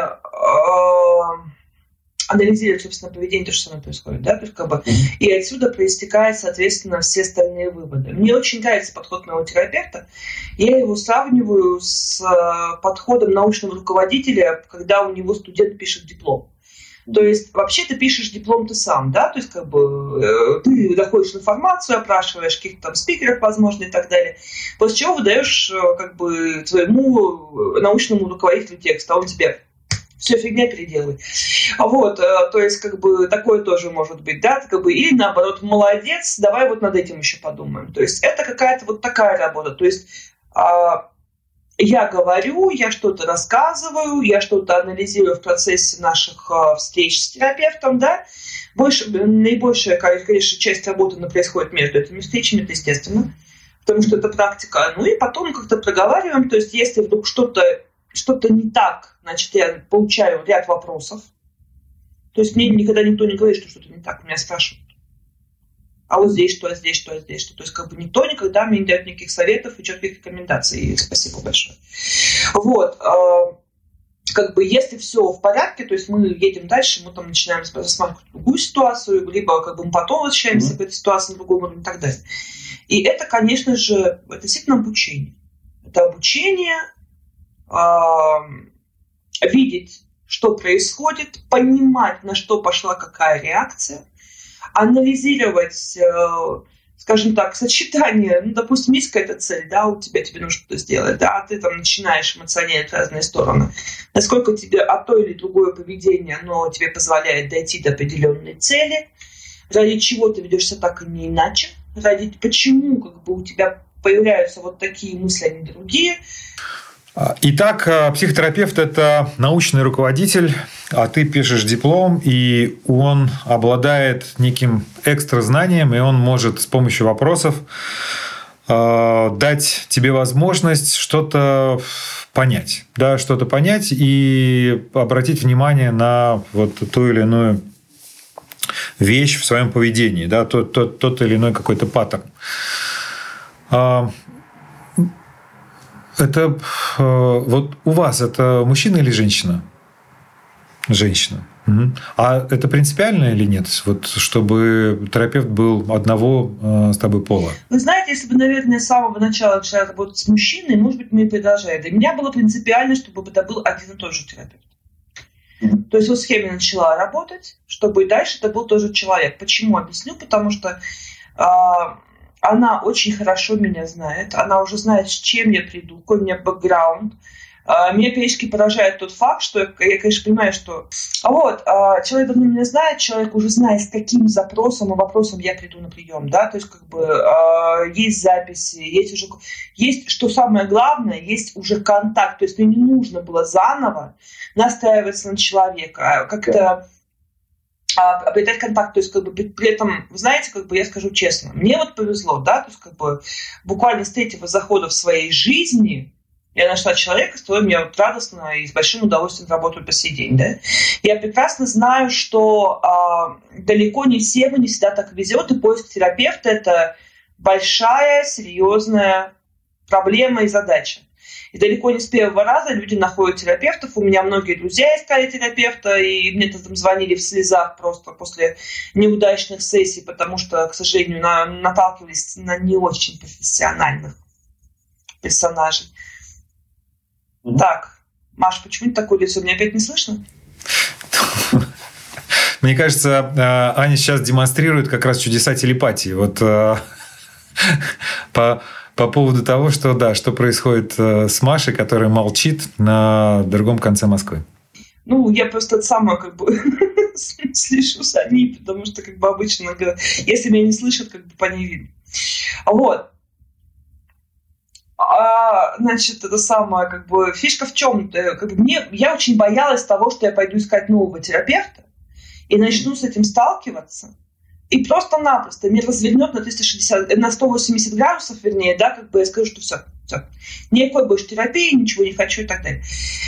анализировать, собственно, поведение, то, что со мной происходит. Да? То есть, как бы, и отсюда проистекают, соответственно, все остальные выводы. Мне очень нравится подход моего терапевта. Я его сравниваю с подходом научного руководителя, когда у него студент пишет диплом. То есть, вообще ты пишешь диплом ты сам, да, то есть, как бы, э, ты доходишь информацию, опрашиваешь каких-то там спикеров, возможно, и так далее, после чего выдаешь, как бы, твоему научному руководителю текст, а он тебе все фигня переделывает. Вот, э, то есть, как бы, такое тоже может быть, да, как бы, или наоборот, молодец, давай вот над этим еще подумаем. То есть, это какая-то вот такая работа, то есть, э, я говорю, я что-то рассказываю, я что-то анализирую в процессе наших э, встреч с терапевтом, да. Больше, наибольшая, конечно, часть работы происходит между этими встречами, это естественно, потому что это практика. Ну и потом как-то проговариваем, то есть если вдруг что-то, что-то не так, значит, я получаю ряд вопросов. То есть мне никогда никто не говорит, что что-то не так, меня спрашивают. А вот здесь что, а здесь что, а здесь что. То есть как бы никто никогда мне не дает никаких советов и четких рекомендаций. И спасибо большое. Вот. Как бы если все в порядке, то есть мы едем дальше, мы там начинаем рассматривать другую ситуацию, либо как бы мы потом возвращаемся mm-hmm. к этой ситуации на другом уровне и так далее. И это, конечно же, это действительно обучение. Это обучение, э, видеть, что происходит, понимать, на что пошла какая реакция, анализировать, э, скажем так, сочетание, ну, допустим, есть какая-то цель, да, у тебя, тебе нужно что-то сделать, да, а ты там начинаешь эмоционировать в разные стороны. Насколько тебе а то или другое поведение, оно тебе позволяет дойти до определенной цели, ради чего ты ведешься так и не иначе, ради почему как бы у тебя появляются вот такие мысли, а не другие. Итак, психотерапевт – это научный руководитель, а ты пишешь диплом, и он обладает неким экстра знанием, и он может с помощью вопросов э, дать тебе возможность что-то понять, да, что-то понять и обратить внимание на вот ту или иную вещь в своем поведении, да, тот, тот, тот или иной какой-то паттерн. Это вот у вас это мужчина или женщина? Женщина. Угу. А это принципиально или нет? Вот чтобы терапевт был одного э, с тобой пола? Вы знаете, если бы, наверное, с самого начала начала работать с мужчиной, может быть, мы и продолжали. Для меня было принципиально, чтобы это был один и тот же терапевт. Mm-hmm. То есть вот с кем я начала работать, чтобы и дальше это был тоже человек. Почему? Объясню. Потому что э, она очень хорошо меня знает. Она уже знает, с чем я приду, какой у меня бэкграунд. Меня периодически поражает тот факт, что я, я конечно, понимаю, что вот, человек давно меня знает, человек уже знает, с каким запросом и вопросом я приду на прием, да, то есть как бы есть записи, есть уже, есть, что самое главное, есть уже контакт, то есть мне не нужно было заново настраиваться на человека, как-то обретать контакт, то есть как бы при этом, вы знаете, как бы я скажу честно, мне вот повезло, да, то есть как бы буквально с третьего захода в своей жизни я нашла человека, с которым я вот радостно и с большим удовольствием работаю по сей день. Да? Я прекрасно знаю, что э, далеко не всем и не всегда так везет, и поиск терапевта – это большая, серьезная проблема и задача. И далеко не с первого раза люди находят терапевтов. У меня многие друзья искали терапевта, и мне там звонили в слезах просто после неудачных сессий, потому что, к сожалению, на, наталкивались на не очень профессиональных персонажей. Так, Маш, почему такое лицо? Меня опять не слышно? Мне кажется, Аня сейчас демонстрирует как раз чудеса телепатии. Вот по, по поводу того, что, да, что происходит с Машей, которая молчит на другом конце Москвы. Ну, я просто сама как бы слышу за ней, потому что как бы обычно, если меня не слышат, как бы по ней видно. Вот. А, значит, это самая как бы фишка в чем? Как бы мне, я очень боялась того, что я пойду искать нового терапевта и начну с этим сталкиваться, и просто-напросто меня развернет на триста шестьдесят, на сто восемьдесят градусов, вернее, да, как бы я скажу, что все, все, никакой больше терапии, ничего не хочу и так далее.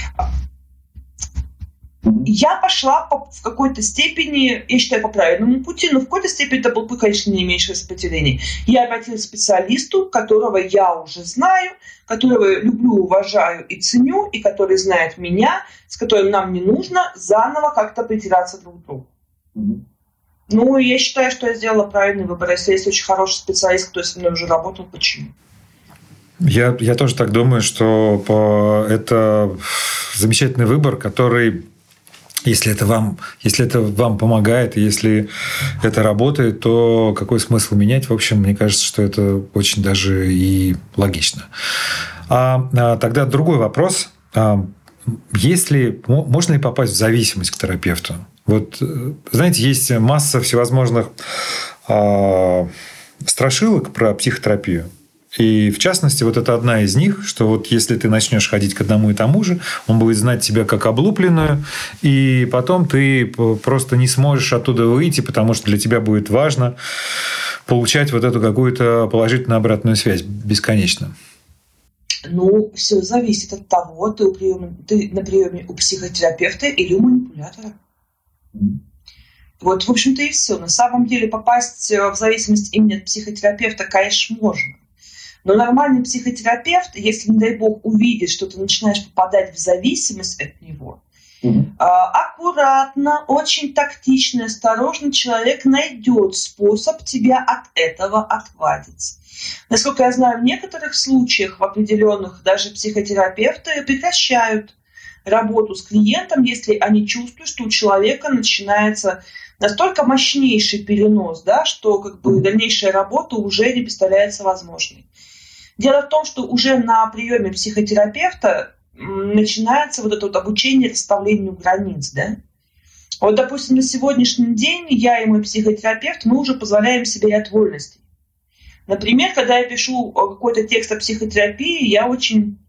Я пошла по, в какой-то степени, я считаю, по правильному пути, но в какой-то степени это был, конечно, не меньшее сопротивление. Я обратилась к специалисту, которого я уже знаю, которого люблю, уважаю и ценю, и который знает меня, с которым нам не нужно заново как-то притираться друг к другу. Mm-hmm. Ну, я считаю, что я сделала правильный выбор. Если есть очень хороший специалист, который со мной уже работал, почему? Я, я тоже так думаю, что по, это замечательный выбор, который... Если это вам, если это вам помогает, если это работает, то какой смысл менять? В общем, мне кажется, что это очень даже и логично. А, а тогда другой вопрос. А, если, можно ли попасть в зависимость к терапевту? Вот, знаете, есть масса всевозможных а, страшилок про психотерапию. И, в частности, вот это одна из них, что вот если ты начнешь ходить к одному и тому же, он будет знать тебя как облупленную, и потом ты просто не сможешь оттуда выйти, потому что для тебя будет важно получать вот эту какую-то положительную обратную связь бесконечно. Ну, все зависит от того, ты, у приема, ты на приеме у психотерапевта или у манипулятора. Вот, в общем-то, и все. На самом деле попасть в зависимость именно от психотерапевта, конечно, можно. Но нормальный психотерапевт, если, не дай бог, увидит, что ты начинаешь попадать в зависимость от него, mm-hmm. аккуратно, очень тактично, осторожно человек найдет способ тебя от этого отвадить. Насколько я знаю, в некоторых случаях, в определенных, даже психотерапевты прекращают работу с клиентом, если они чувствуют, что у человека начинается настолько мощнейший перенос, да, что как бы дальнейшая работа уже не представляется возможной. Дело в том, что уже на приеме психотерапевта начинается вот это вот обучение расставлению границ, да. Вот, допустим, на сегодняшний день я и мой психотерапевт, мы уже позволяем себе ряд вольностей. Например, когда я пишу какой-то текст о психотерапии, я очень...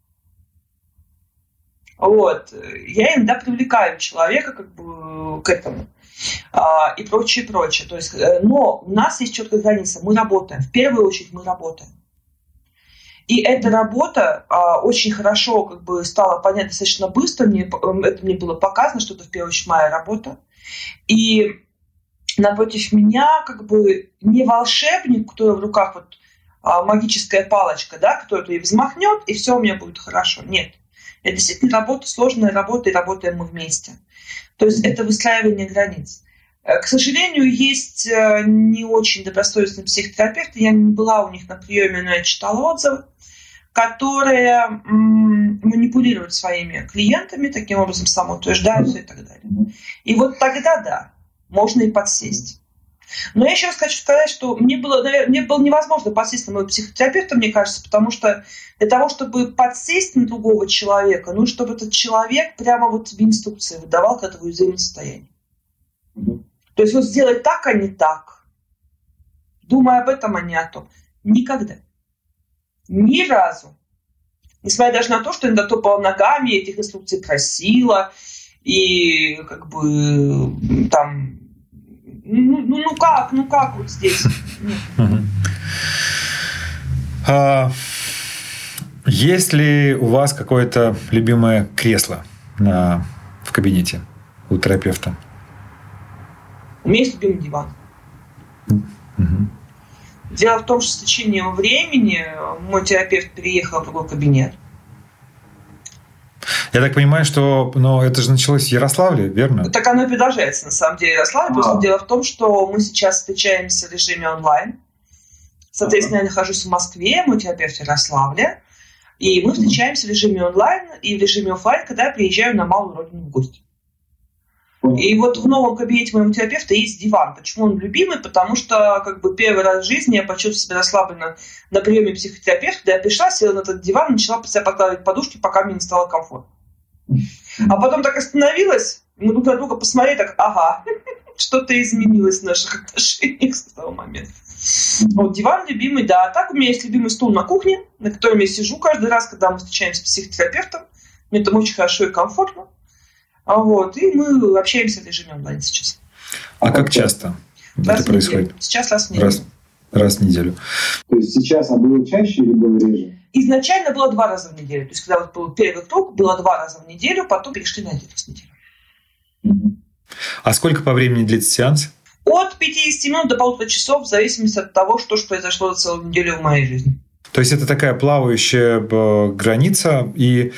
Вот, я иногда привлекаю человека как бы к этому. А, и прочее, прочее. То есть, но у нас есть четкая граница. Мы работаем. В первую очередь мы работаем. И эта работа а, очень хорошо как бы стала понятна достаточно быстро. Мне, это мне было показано, что это в первую очередь моя работа. И напротив меня как бы не волшебник, который в руках вот а, магическая палочка, да, которую и взмахнет, и все у меня будет хорошо. Нет. Это действительно работа, сложная работа, и работаем мы вместе. То есть это выстраивание границ. К сожалению, есть не очень добросовестные психотерапевты, я не была у них на приеме, но я читала отзывы, которые м- манипулируют своими клиентами, таким образом самоутверждаются и так далее. И вот тогда, да, можно и подсесть. Но я еще раз хочу сказать, что мне было, мне было невозможно подсесть на моего психотерапевта, мне кажется, потому что для того, чтобы подсесть на другого человека, нужно, чтобы этот человек прямо вот тебе инструкции выдавал, когда ты в уязвимом состоянии. Mm-hmm. То есть вот сделать так, а не так. Думая об этом, а не о том. Никогда. Ни разу. Несмотря даже на то, что иногда топала ногами, этих инструкций просила, и как бы там... Ну, ну, ну как, ну как вот здесь? Uh-huh. А, есть ли у вас какое-то любимое кресло на, в кабинете у терапевта? У меня есть любимый диван. Uh-huh. Дело в том, что с течением времени мой терапевт переехал в другой кабинет. Я так понимаю, что ну, это же началось в Ярославле, верно? Так оно и продолжается, на самом деле, в Ярославле. Просто А-а-а. Дело в том, что мы сейчас встречаемся в режиме онлайн. Соответственно, А-а-а. я нахожусь в Москве, мой терапевт в Ярославле. И мы встречаемся в режиме онлайн и в режиме офлайн, когда я приезжаю на малую родину в гости. И вот в новом кабинете моего терапевта есть диван. Почему он любимый? Потому что как бы первый раз в жизни я почувствовала себя расслабленно на приеме психотерапевта. Когда я пришла, села на этот диван, начала под себя подкладывать подушки, пока мне не стало комфортно. А потом так остановилась, мы друг на друга посмотрели, так, ага, что-то изменилось в наших отношениях с того момента. Вот диван любимый, да. А так у меня есть любимый стул на кухне, на котором я сижу каждый раз, когда мы встречаемся с психотерапевтом. Мне там очень хорошо и комфортно. Вот, и мы общаемся в режиме онлайн сейчас. А как часто раз это происходит? Сейчас раз в неделю. Раз, раз в неделю. То есть сейчас, а было чаще или было реже? Изначально было два раза в неделю. То есть когда вот был первый круг, было два раза в неделю, потом перешли на один раз в неделю. Mm-hmm. А сколько по времени длится сеанс? От пятидесяти минут до полутора часов, в зависимости от того, что же произошло за целую неделю в моей жизни. То есть это такая плавающая граница, и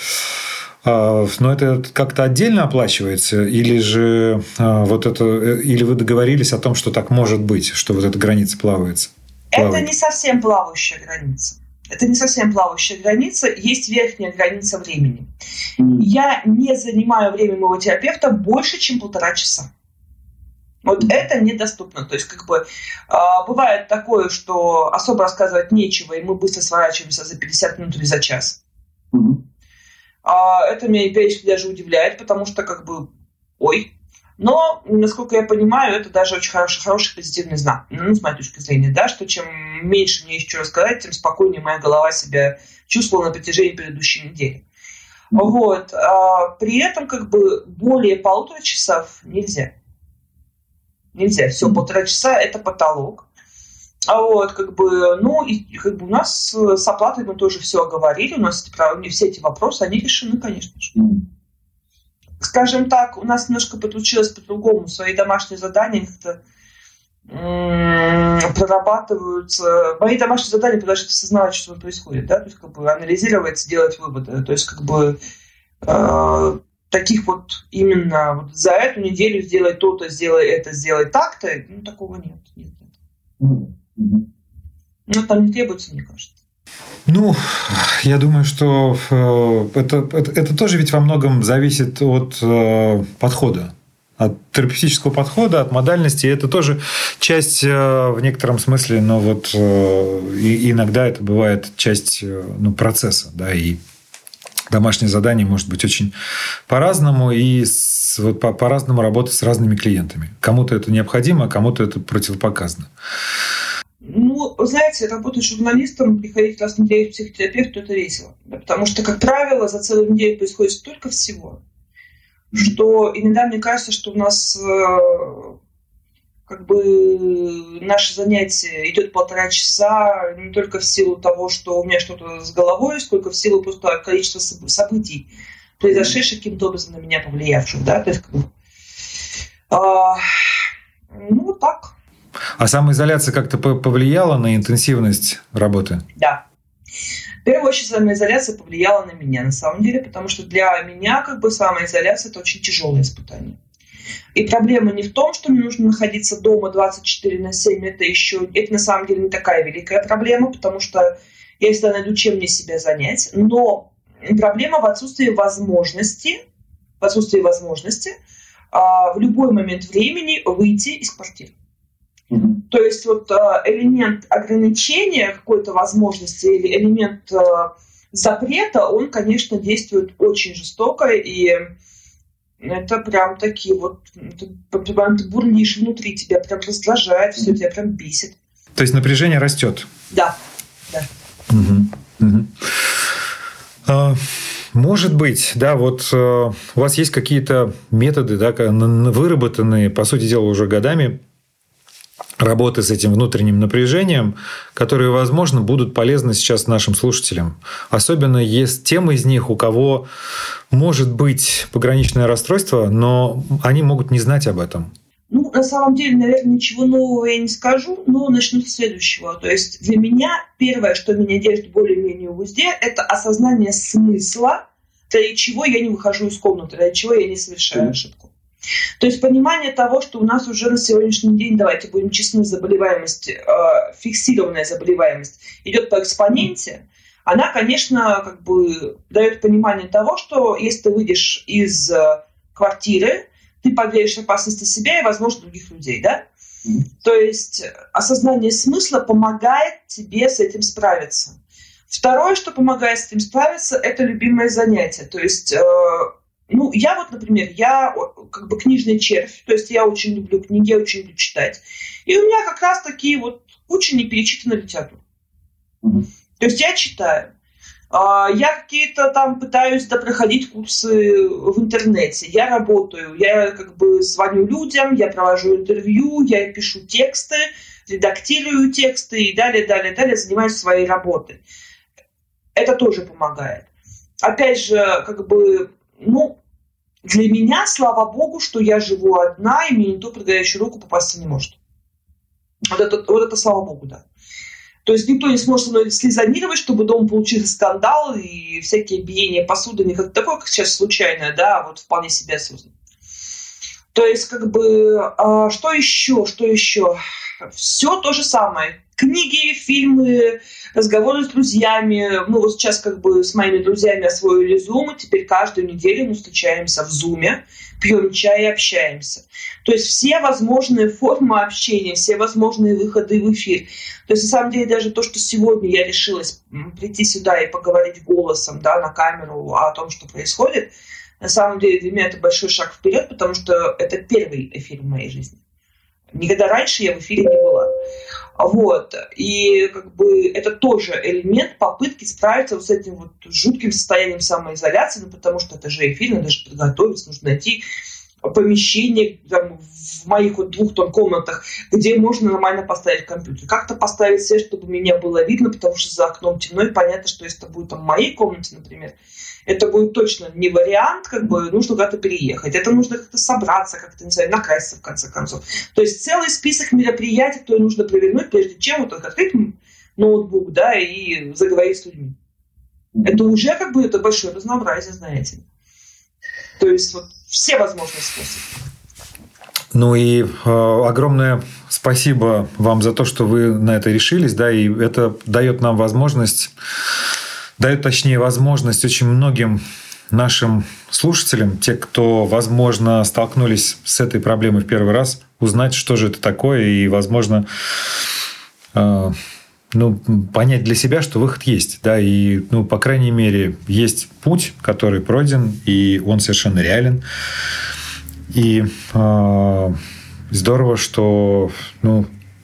но это как-то отдельно оплачивается, или же вот это, или вы договорились о том, что так может быть, что вот эта граница плавается? Плавает. Это не совсем плавающая граница. Это не совсем плавающая граница, есть верхняя граница времени. Mm. Я не занимаю время моего терапевта больше, чем полтора часа. Вот mm. это недоступно. То есть, как бы, э, бывает такое, что особо рассказывать нечего, и мы быстро сворачиваемся за пятьдесят минут или за час. Mm. А это меня периодически даже удивляет, потому что как бы ой. Но, насколько я понимаю, это даже очень хороший, хороший позитивный знак, ну, с моей точки зрения, да, что чем меньше мне есть что рассказать, тем спокойнее моя голова себя чувствовала на протяжении предыдущей недели. Mm-hmm. Вот. А при этом как бы более полутора часов нельзя. Нельзя. Все, mm-hmm. полтора часа – это потолок. А вот, как бы, ну, и как бы у нас с оплатой мы тоже все оговорили, у нас эти, все эти вопросы, они решены, конечно же. Скажем так, у нас немножко подключилось по-другому, свои домашние задания как-то м- прорабатываются. Мои домашние задания подождут осознавать, что происходит, да, то есть как бы анализировать, делать выводы, то есть как бы э- таких вот именно вот за эту неделю сделай то-то, сделай это, сделай так-то, ну, такого нет. нет, нет. Mm-hmm. Ну, там не требуется, мне кажется. Ну, я думаю, что это, это, это тоже ведь во многом зависит от э, подхода, от терапевтического подхода, от модальности. Это тоже часть э, в некотором смысле, но вот э, и, иногда это бывает часть э, ну, процесса, да, и домашнее задание может быть очень по-разному и с, вот, по- по-разному работать с разными клиентами. Кому-то это необходимо, а кому-то это противопоказано. Ну, знаете, работать журналистом, приходить раз в неделю к психотерапевту – это весело. Да, потому что, как правило, за целую неделю происходит столько всего, что иногда мне кажется, что у нас э, как бы наше занятие идет полтора часа не только в силу того, что у меня что-то с головой, сколько в силу просто количества событий, произошедших каким-то образом на меня повлиявших. Да? То есть, как бы, э, ну, вот так. А самоизоляция как-то повлияла на интенсивность работы? Да. В первую очередь, самоизоляция повлияла на меня, на самом деле, потому что для меня как бы самоизоляция – это очень тяжелое испытание. И проблема не в том, что мне нужно находиться дома двадцать четыре на семь, это еще, это на самом деле не такая великая проблема, потому что я всегда найду, чем мне себя занять, но проблема в отсутствии возможности, в отсутствии возможности а, в любой момент времени выйти из квартиры. Mm-hmm. То есть вот а, элемент ограничения какой-то возможности или элемент а, запрета, он, конечно, действует очень жестоко, и это прям такие вот, ты, прям ты бурлишь внутри, тебя прям раздражает, все тебя прям бесит. То есть напряжение растет? Да, да. Угу. Угу. А, может быть, да, вот у вас есть какие-то методы, да, выработанные, по сути дела, уже годами работы с этим внутренним напряжением, которые, возможно, будут полезны сейчас нашим слушателям. Особенно есть тем из них, у кого может быть пограничное расстройство, но они могут не знать об этом. Ну, на самом деле, наверное, ничего нового я не скажу, но начну с следующего. То есть для меня первое, что меня держит более-менее в узде, это осознание смысла, ради чего я не выхожу из комнаты, ради чего я не совершаю ошибку. То есть понимание того, что у нас уже на сегодняшний день, давайте будем честны, заболеваемость, э, фиксированная заболеваемость идет по экспоненте, она, конечно, как бы дает понимание того, что если ты выйдешь из э, квартиры, ты подвергнешь опасности себя и, возможно, других людей, да? Mm-hmm. То есть осознание смысла помогает тебе с этим справиться. Второе, что помогает с этим справиться, это любимое занятие. То есть... Э, Ну, я вот, например, я как бы книжный червь, то есть я очень люблю книги, я очень люблю читать. И у меня как раз такие вот куча неперечитанной литературы. Mm-hmm. То есть я читаю. Я какие-то там пытаюсь допроходить курсы в интернете. Я работаю, я как бы звоню людям, я провожу интервью, я пишу тексты, редактирую тексты и далее, далее, далее занимаюсь своей работой. Это тоже помогает. Опять же, как бы, ну, для меня, слава богу, что я живу одна, и мне никто под горячую руку попасться не может. Вот это, вот это слава богу, да. То есть никто не сможет со мной слизанировать, чтобы дома получился скандал и всякие биения посуды, не как такое, как сейчас случайное, да, а вот вполне себе осознанно. То есть, как бы, а, что еще, что еще? Все то же самое. Книги, фильмы, разговоры с друзьями. Мы вот сейчас как бы с моими друзьями освоили Zoom, и теперь каждую неделю мы встречаемся в Zoom, пьем чай и общаемся. То есть все возможные формы общения, все возможные выходы в эфир. То есть на самом деле даже то, что сегодня я решилась прийти сюда и поговорить голосом, да, на камеру о том, что происходит, на самом деле для меня это большой шаг вперед, потому что это первый эфир в моей жизни. Никогда раньше я в эфире не была. Вот. И как бы это тоже элемент попытки справиться вот с этим вот жутким состоянием самоизоляции, ну, потому что это же эфир, надо же подготовиться, нужно найти помещение там, в моих вот двух тон комнатах, где можно нормально поставить компьютер. Как-то поставить все, чтобы меня было видно, потому что за окном темно, и понятно, что если это будет там в моей комнате, например, это будет точно не вариант, как бы нужно куда-то переехать. Это нужно как-то собраться, как-то, не знаю, накраситься в конце концов. То есть целый список мероприятий, которые нужно провернуть, прежде чем вот открыть ноутбук, да, и заговорить с людьми. Это уже как бы это большое разнообразие, знаете. То есть вот все возможные способы. Ну и э, огромное спасибо вам за то, что вы на это решились, да, и это дает нам возможность, дает, точнее, возможность очень многим нашим слушателям, те, кто, возможно, столкнулись с этой проблемой в первый раз, узнать, что же это такое, и, возможно, э, ну, понять для себя, что выход есть, да, и, ну, по крайней мере, есть путь, который пройден, и он совершенно реален. И э, здорово, что, ну,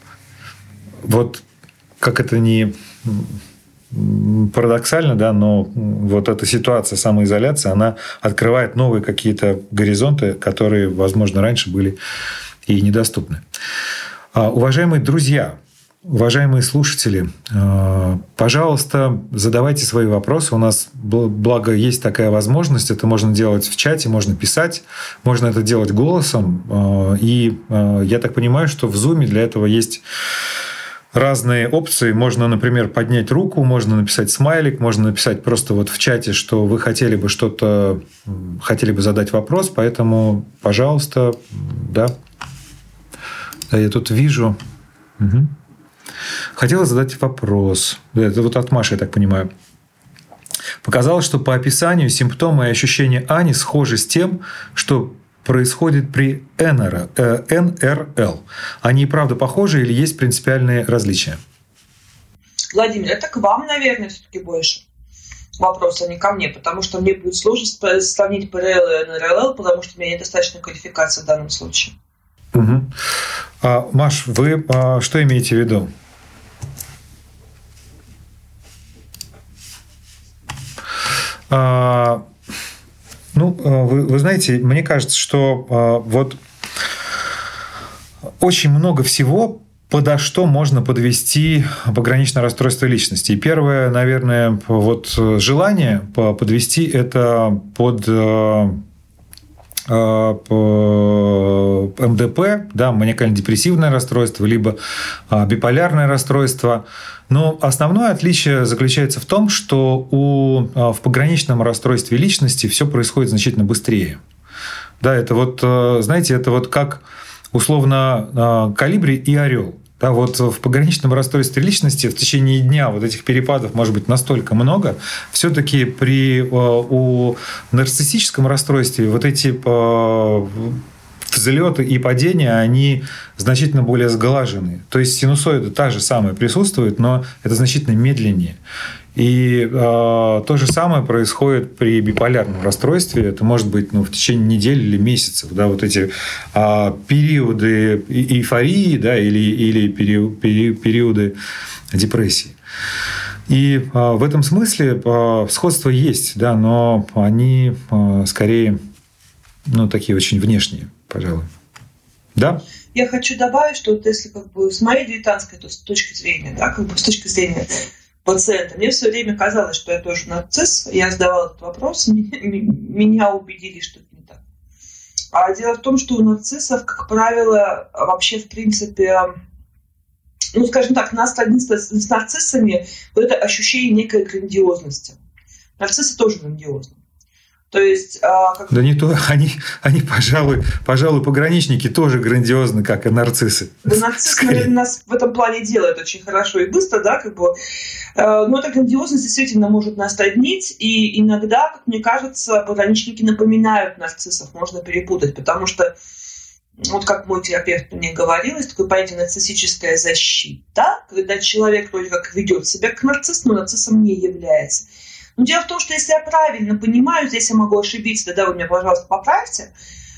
вот как это ни парадоксально, да, но вот эта ситуация самоизоляции, она открывает новые какие-то горизонты, которые, возможно, раньше были и недоступны. Уважаемые друзья, уважаемые слушатели, пожалуйста, задавайте свои вопросы. У нас, благо, есть такая возможность. Это можно делать в чате, можно писать, можно это делать голосом. И я так понимаю, что в Zoom для этого есть разные опции. Можно, например, поднять руку, можно написать смайлик, можно написать просто вот в чате, что вы хотели бы что-то, хотели бы задать вопрос. Поэтому, пожалуйста, да. Да, я тут вижу. Угу. Хотела задать вопрос. Это вот от Маши, я так понимаю. Показалось, что по описанию симптомы и ощущения Ани схожи с тем, что происходит при эн эр эл. Они и правда похожи или есть принципиальные различия? Владимир, это к вам, наверное, все-таки больше вопрос, а не ко мне, потому что мне будет сложно сравнить пэ эр эл и эн эр эл, потому что у меня недостаточно квалификации в данном случае. Угу. А, Маш, вы а, что имеете в виду? А, ну, вы, вы знаете, мне кажется, что а, вот очень много всего, подо что можно подвести пограничное расстройство личности. И первое, наверное, вот желание подвести это под эм дэ пэ, да, маниакально-депрессивное расстройство, либо биполярное расстройство. Но основное отличие заключается в том, что у, в пограничном расстройстве личности все происходит значительно быстрее. Да, это вот, знаете, это вот как условно колибри и орел. Да, вот в пограничном расстройстве личности в течение дня вот этих перепадов может быть настолько много. Все-таки при у нарциссическом расстройстве вот эти взлеты и падения, они значительно более сглажены. То есть синусоида та же самая присутствует, но это значительно медленнее. И э, то же самое происходит при биполярном расстройстве. Это может быть ну, в течение недели или месяцев. Да, вот эти э, периоды эйфории, да, или, или пери, пери, периоды депрессии. И э, в этом смысле э, сходство есть, да, но они э, скорее ну, такие очень внешние, пожалуй. Да? Я хочу добавить, что вот если как бы с моей дилетантской точки зрения, да, как бы с точки зрения пациента. Мне все время казалось, что я тоже нарцисс. Я задавала этот вопрос, меня убедили, что это не так. А дело в том, что у нарциссов, как правило, вообще в принципе, ну, скажем так, нас с нарциссами вот это ощущение некой грандиозности. Нарциссы тоже грандиозны. То есть, как... Да не то, они, они пожалуй, пожалуй, пограничники тоже грандиозны, как и нарциссы. Да, нарциссы, наверное, нас в этом плане делают очень хорошо и быстро, да, как бы. Но эта грандиозность действительно может нас роднить, и иногда, как мне кажется, пограничники напоминают нарциссов, можно перепутать, потому что, вот как мой терапевт мне говорил, есть такое понятие нарциссическая защита, когда человек вроде как ведет себя как нарцисс, но нарциссом не является. Но дело в том, что если я правильно понимаю, здесь я могу ошибиться, да, вы меня, пожалуйста, поправьте,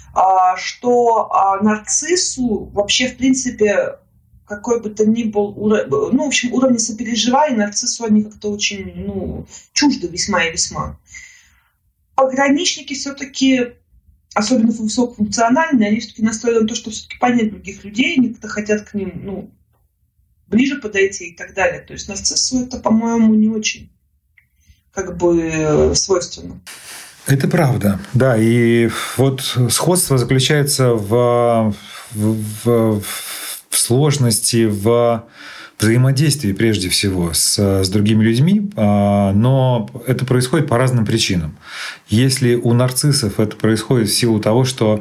что нарциссу вообще, в принципе, какой бы то ни был уровень, ну, в общем, уровни сопереживания нарциссу они как-то очень, ну, чужды весьма и весьма. Пограничники все-таки, особенно высокофункциональные, они все-таки настроены на то, что все-таки понять других людей, они как-то хотят к ним, ну, ближе подойти и так далее. То есть нарциссу это, по-моему, не очень как бы свойственно. Это правда, да. И вот сходство заключается в, в, в, в сложности, в взаимодействии прежде всего с, с другими людьми, но это происходит по разным причинам. Если у нарциссов это происходит в силу того, что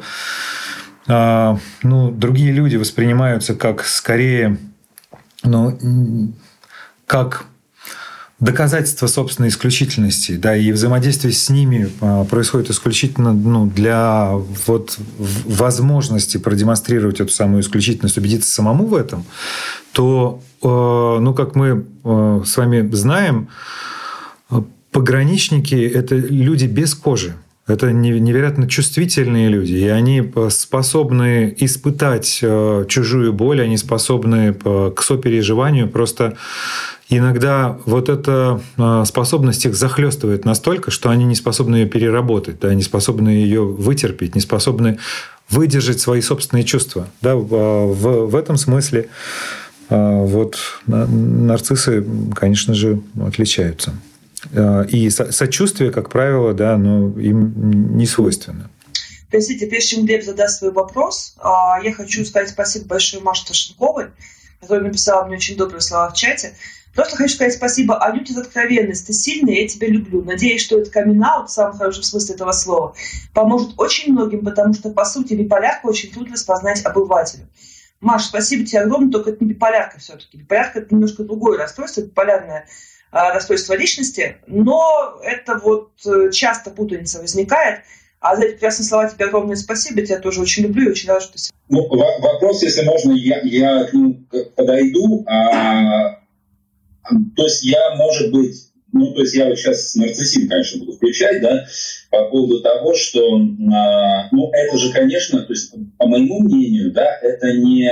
ну, другие люди воспринимаются как скорее ну, как доказательство собственной исключительности, да, и взаимодействие с ними происходит исключительно ну, для вот, возможности продемонстрировать эту самую исключительность, убедиться самому в этом, то, ну, как мы с вами знаем, пограничники – это люди без кожи. Это невероятно чувствительные люди, и они способны испытать чужую боль, они способны к сопереживанию. Просто иногда вот эта способность их захлестывает настолько, что они не способны ее переработать, да, не способны ее вытерпеть, не способны выдержать свои собственные чувства. Да, в, в этом смысле Вот нарциссы, конечно же, отличаются. И сочувствие, как правило, да, оно им не свойственно. Простите, прежде чем Глеб задаст свой вопрос, я хочу сказать спасибо большое Маше Ташенковой, которая написала мне очень добрые слова в чате. Просто хочу сказать спасибо, Анюте, за откровенность. Ты сильная, я тебя люблю. Надеюсь, что этот камин-аут, в самом хорошем смысле этого слова, поможет очень многим, потому что, по сути, биполярку очень трудно распознать обывателю. Маш, спасибо тебе огромное, только это не биполярка все-таки. Биполярка – это немножко другое расстройство, биполярное э, расстройство личности, но это вот э, часто путаница возникает. А за эти прекрасные слова тебе огромное спасибо, я тебя тоже очень люблю и очень рада, что ты... Ну, вопрос, если можно, я, я к нему подойду. А, то есть я, может быть, ну, то есть я вот сейчас нарциссизм, конечно, буду включать, да, по поводу того, что, а, ну, это же, конечно, то есть, по моему мнению, да, это не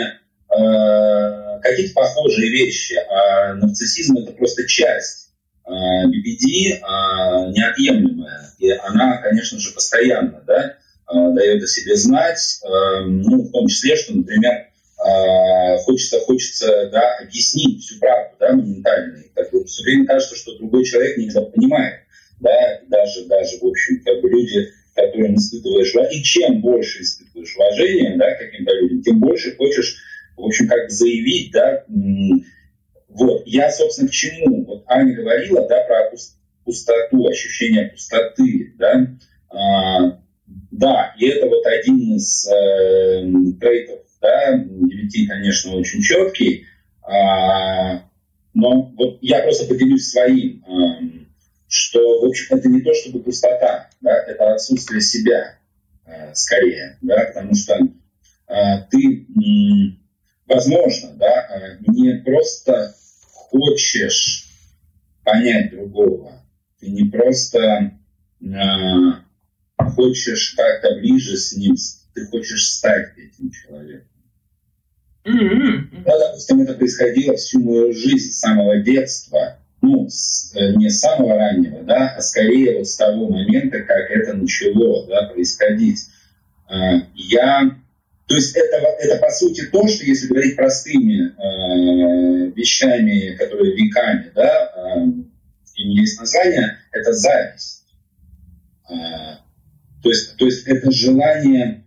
а, какие-то похожие вещи, а нарциссизм — это просто часть а, би пи ди, а, неотъемлемая, и она, конечно же, постоянно, да, а, дает о себе знать, а, ну, в том числе, что, например, Хочется, хочется, да, объяснить всю правду, да, моментально. И как бы все время кажется, что другой человек не понимает, да, даже, даже, в общем, как бы люди, которым испытываешь уважение, и чем больше испытываешь уважение, да, каким-то людям, тем больше хочешь, в общем, как бы заявить, да, вот. Я, собственно, к чему? Вот Аня говорила, да, про пустоту, ощущение пустоты, да, а, да, и это вот один из э, трейтов, да, девяти, конечно, очень четкий, а, но вот я просто поделюсь своим, а, что, в общем, это не то чтобы пустота, да, это отсутствие себя, а, скорее, да, потому что а, ты, м, возможно, да, не просто хочешь понять другого, ты не просто а, хочешь как-то ближе с ним, ты хочешь стать этим человеком. Mm-hmm. Да, допустим, это происходило всю мою жизнь с самого детства, ну, с, не с самого раннего, да, а скорее вот с того момента, как это начало, да, происходить. Я, то есть это, это по сути то, что, если говорить простыми э, вещами, которые веками, да, э, им есть название, это зависть. Э, то есть, то есть это желание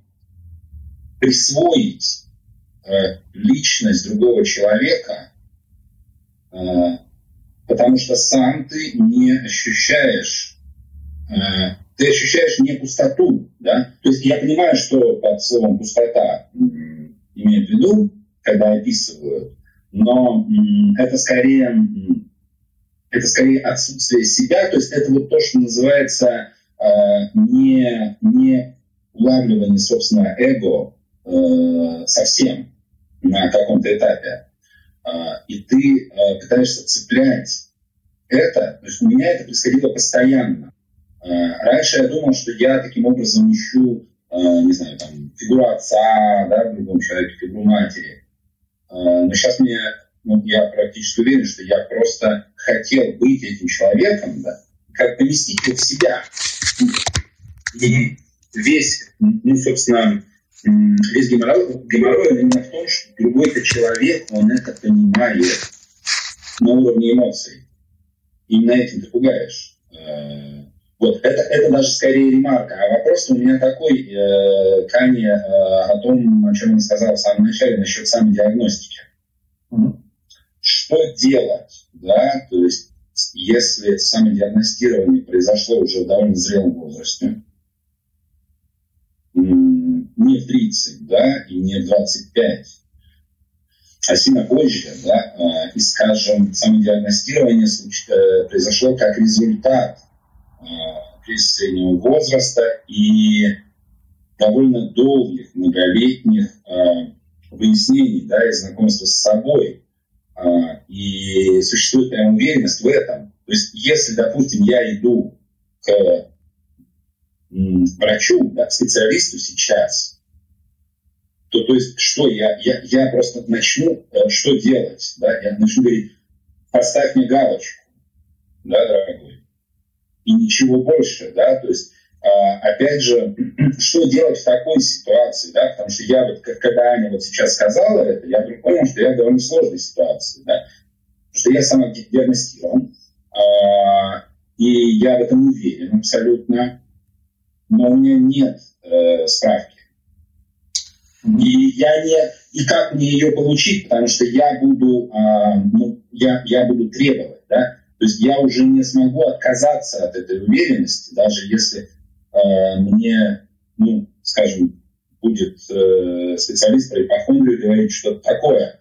присвоить э, личность другого человека, э, потому что сам ты не ощущаешь, э, ты ощущаешь не пустоту, да? То есть я понимаю, что под словом пустота э, имеют в виду, когда описывают, но э, это скорее, э, это скорее отсутствие себя, то есть это вот то, что называется э, не, не улавливание собственного эго э, совсем на каком-то этапе. Э, и ты э, пытаешься цеплять это. То есть у меня это происходило постоянно. Э, раньше я думал, что я таким образом ищу, э, не знаю, там, фигуру отца, да, в другом человеке, фигуру матери. Э, но сейчас мне, ну, я практически уверен, что я просто хотел быть этим человеком, да, как поместить его в себя. И весь, ну, собственно, весь геморрой, геморрой именно в том, что другой-то человек, он это понимает на уровне эмоций. Именно этим ты пугаешь. Вот, это, это даже скорее ремарка. А вопрос у меня такой, э, Кане, э, о том, о чем он сказал в самом начале, насчет самодиагностики. Mm-hmm. Что делать, да, то есть, если самодиагностирование произошло уже в довольно зрелом возрасте, не в тридцать, да, и не в двадцать пять, а сильно позже, да, и, скажем, самодиагностирование произошло как результат кризиса среднего возраста и довольно долгих, многолетних выяснений, да, и знакомства с собой. И существует прям уверенность в этом. То есть, если, допустим, я иду к врачу, да, специалисту сейчас, то, то есть, что я, я, я просто начну, что делать, да, я начну говорить, поставь мне галочку, да, дорогой, и ничего больше, да, то есть, опять же, что делать в такой ситуации, да, потому что я вот, когда Аня вот сейчас сказала это, я вдруг понял, что я в довольно сложной ситуации, да, потому что я самодиагностирован, и я в этом уверен абсолютно, но у меня нет э, справки. И я не, и как мне ее получить, потому что я буду, э, ну, я, я буду требовать, да, то есть я уже не смогу отказаться от этой уверенности, даже если э, мне, ну, скажем, будет э, специалист по ипохондрию говорить что-то такое.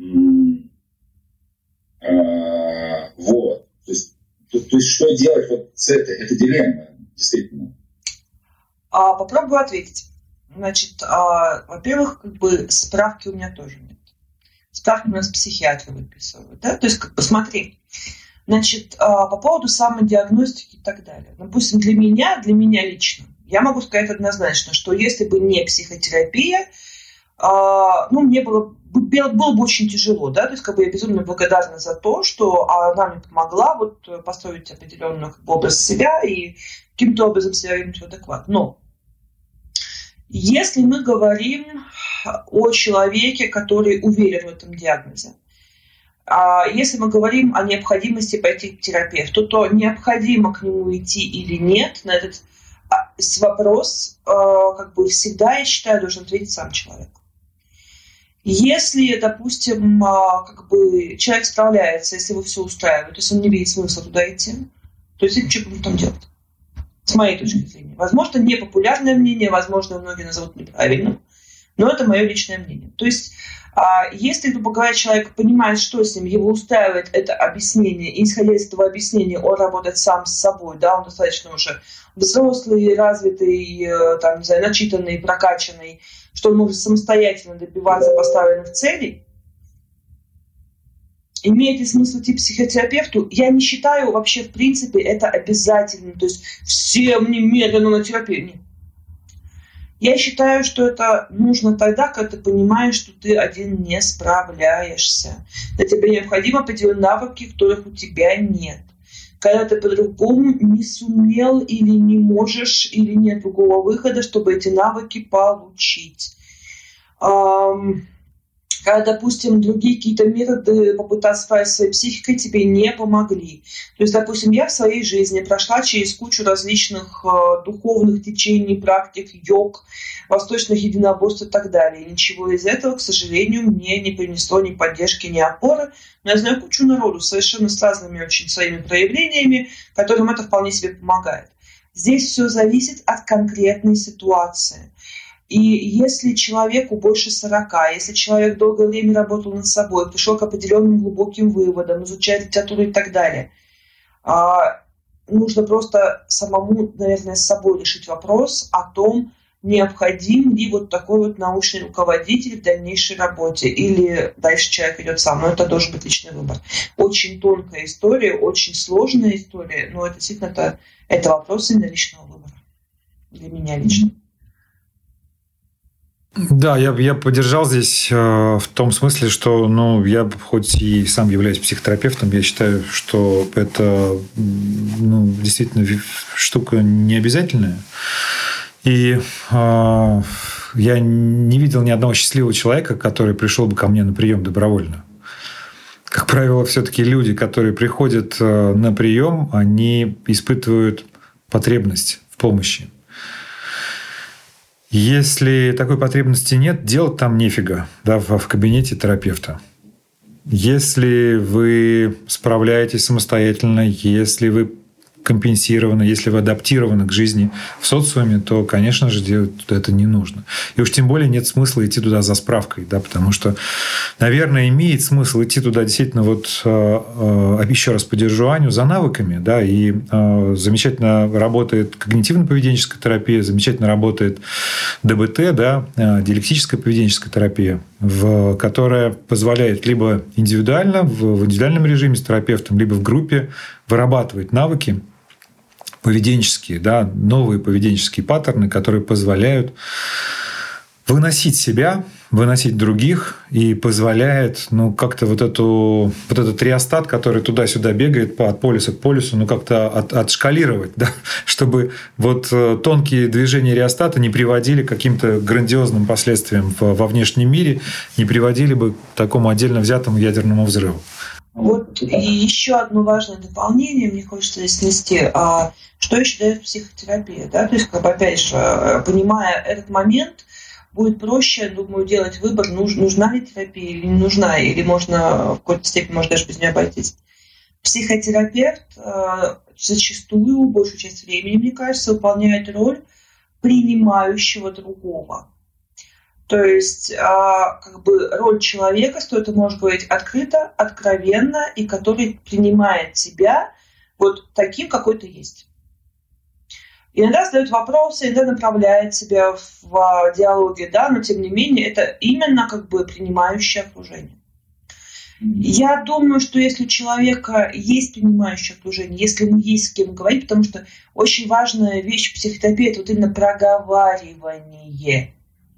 Э, вот. То есть, то, то есть что делать вот с этой, это дилемма, действительно. А, попробую ответить. Значит, а, во-первых, как бы справки у меня тоже нет. Справки у нас психиатры выписывают, да? То есть, как бы, смотри, значит, а, по поводу самодиагностики и так далее. Допустим, для меня, для меня лично, я могу сказать однозначно, что если бы не психотерапия, а, ну, мне было, было бы очень тяжело, да, то есть, как бы, я безумно благодарна за то, что она мне помогла вот построить определенный как бы, образ себя и каким-то образом себя вернуть в адекват. Но если мы говорим о человеке, который уверен в этом диагнозе, если мы говорим о необходимости пойти к терапевту, то необходимо к нему идти или нет, на этот вопрос как бы всегда, я считаю, должен ответить сам человек. Если, допустим, как бы человек справляется, если его все устраивает, то есть он не видит смысла туда идти, то есть что будем там делать? С моей точки зрения. Возможно, непопулярное мнение, возможно, многие назовут неправильным, но это мое личное мнение. То есть, если, грубо говоря, человек понимает, что с ним, его устраивает это объяснение, и исходя из этого объяснения он работает сам с собой, да, он достаточно уже взрослый, развитый, там, не знаю, начитанный, прокачанный, что он может самостоятельно добиваться поставленных целей, имеет ли смысл идти к психотерапевту? Я не считаю вообще, в принципе, это обязательно. То есть всем немедленно на терапию. Нет. Я считаю, что это нужно тогда, когда ты понимаешь, что ты один не справляешься. Для тебе необходимы определенные навыки, которых у тебя нет. Когда ты по-другому не сумел или не можешь, или нет другого выхода, чтобы эти навыки получить. Когда, допустим, другие какие-то методы попытаться справиться с своей психикой тебе не помогли. То есть, допустим, я в своей жизни прошла через кучу различных э, духовных течений, практик, йог, восточных единоборств и так далее. И ничего из этого, к сожалению, мне не принесло ни поддержки, ни опоры. Но я знаю кучу народу совершенно с разными очень своими проявлениями, которым это вполне себе помогает. Здесь все зависит от конкретной ситуации. И если человеку больше сорока, если человек долгое время работал над собой, пришел к определенным глубоким выводам, изучает литературу и так далее, нужно просто самому, наверное, с собой решить вопрос о том, необходим ли вот такой вот научный руководитель в дальнейшей работе, или дальше человек идет сам, но это должен быть личный выбор. Очень тонкая история, очень сложная история, но это действительно это, это вопрос именно личного выбора. Для меня лично. Да, я, я поддержал здесь э, в том смысле, что ну, я хоть и сам являюсь психотерапевтом, я считаю, что это ну, действительно штука необязательная. И э, я не видел ни одного счастливого человека, который пришел бы ко мне на прием добровольно. Как правило, все-таки люди, которые приходят на прием, они испытывают потребность в помощи. Если такой потребности нет, делать там нефига, да, в кабинете терапевта. Если вы справляетесь самостоятельно, если вы компенсированы, если вы адаптированы к жизни в социуме, то, конечно же, делать это не нужно. И уж тем более нет смысла идти туда за справкой, да, потому что, наверное, имеет смысл идти туда действительно, вот еще раз поддержу Аню, за навыками, да, и замечательно работает когнитивно-поведенческая терапия, замечательно работает ДБТ, да, диалектическая поведенческая терапия, в, которая позволяет либо индивидуально, в, в индивидуальном режиме с терапевтом, либо в группе вырабатывать навыки поведенческие, да, новые поведенческие паттерны, которые позволяют выносить себя выносить других и позволяет, ну, как-то вот, эту, вот этот реостат, который туда-сюда бегает по, от полюса к полюсу, ну, как-то от, отшкалировать, да, чтобы вот тонкие движения реостата не приводили к каким-то грандиозным последствиям во внешнем мире, не приводили бы к такому отдельно взятому ядерному взрыву. Вот и еще одно важное дополнение мне хочется здесь внести. А что еще дает психотерапия? Да? То есть, как бы, опять же, понимая этот момент, будет проще, думаю, делать выбор, нуж, нужна ли терапия или не нужна, или можно в какой-то степени, может, даже без нее обойтись. Психотерапевт э, зачастую, большую часть времени, мне кажется, выполняет роль принимающего другого. То есть, э, как бы роль человека, что это может говорить открыто, откровенно, и который принимает тебя вот таким, какой ты есть. Иногда задает вопросы, иногда направляет себя в диалоге, да, но тем не менее это именно как бы принимающее окружение. Я думаю, что если у человека есть принимающее окружение, если ему есть с кем говорить, потому что очень важная вещь в психотерапии – это вот именно проговаривание.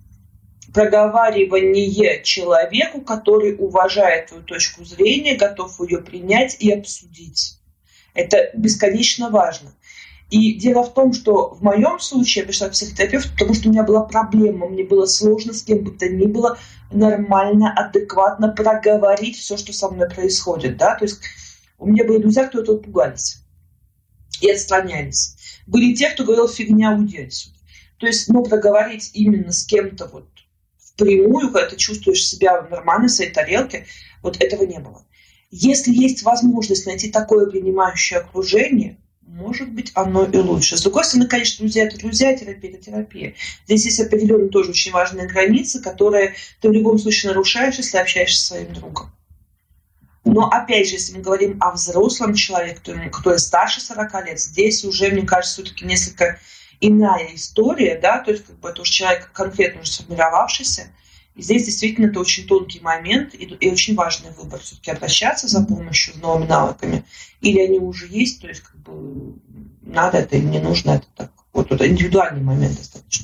Проговаривание человеку, который уважает твою точку зрения, готов ее принять и обсудить. Это бесконечно важно. И дело в том, что в моем случае я пришла к психотерапевту, потому что у меня была проблема, мне было сложно с кем бы то ни было нормально, адекватно проговорить все, что со мной происходит. Да? То есть у меня были друзья, кто этого пугались и отстранялись. Были те, кто говорил: фигня, уйди отсюда. То есть, но проговорить именно с кем-то вот впрямую, когда ты чувствуешь себя нормально в своей тарелке, вот этого не было. Если есть возможность найти такое принимающее окружение, может быть, оно и лучше. С другой стороны, конечно, друзья – это друзья, терапия – это терапия. Здесь есть определенные тоже очень важные границы, которые ты в любом случае нарушаешь, если общаешься со своим другом. Но, опять же, если мы говорим о взрослом человеке, который старше сорока лет, здесь уже, мне кажется, все-таки несколько иная история, да, то есть как бы это уже человек конкретно уже сформировавшийся. И здесь действительно это очень тонкий момент и, и очень важный выбор. Все-таки обращаться за помощью, с новыми навыками, или они уже есть, то есть как бы надо это или не нужно, это так. Вот это индивидуальный момент достаточно.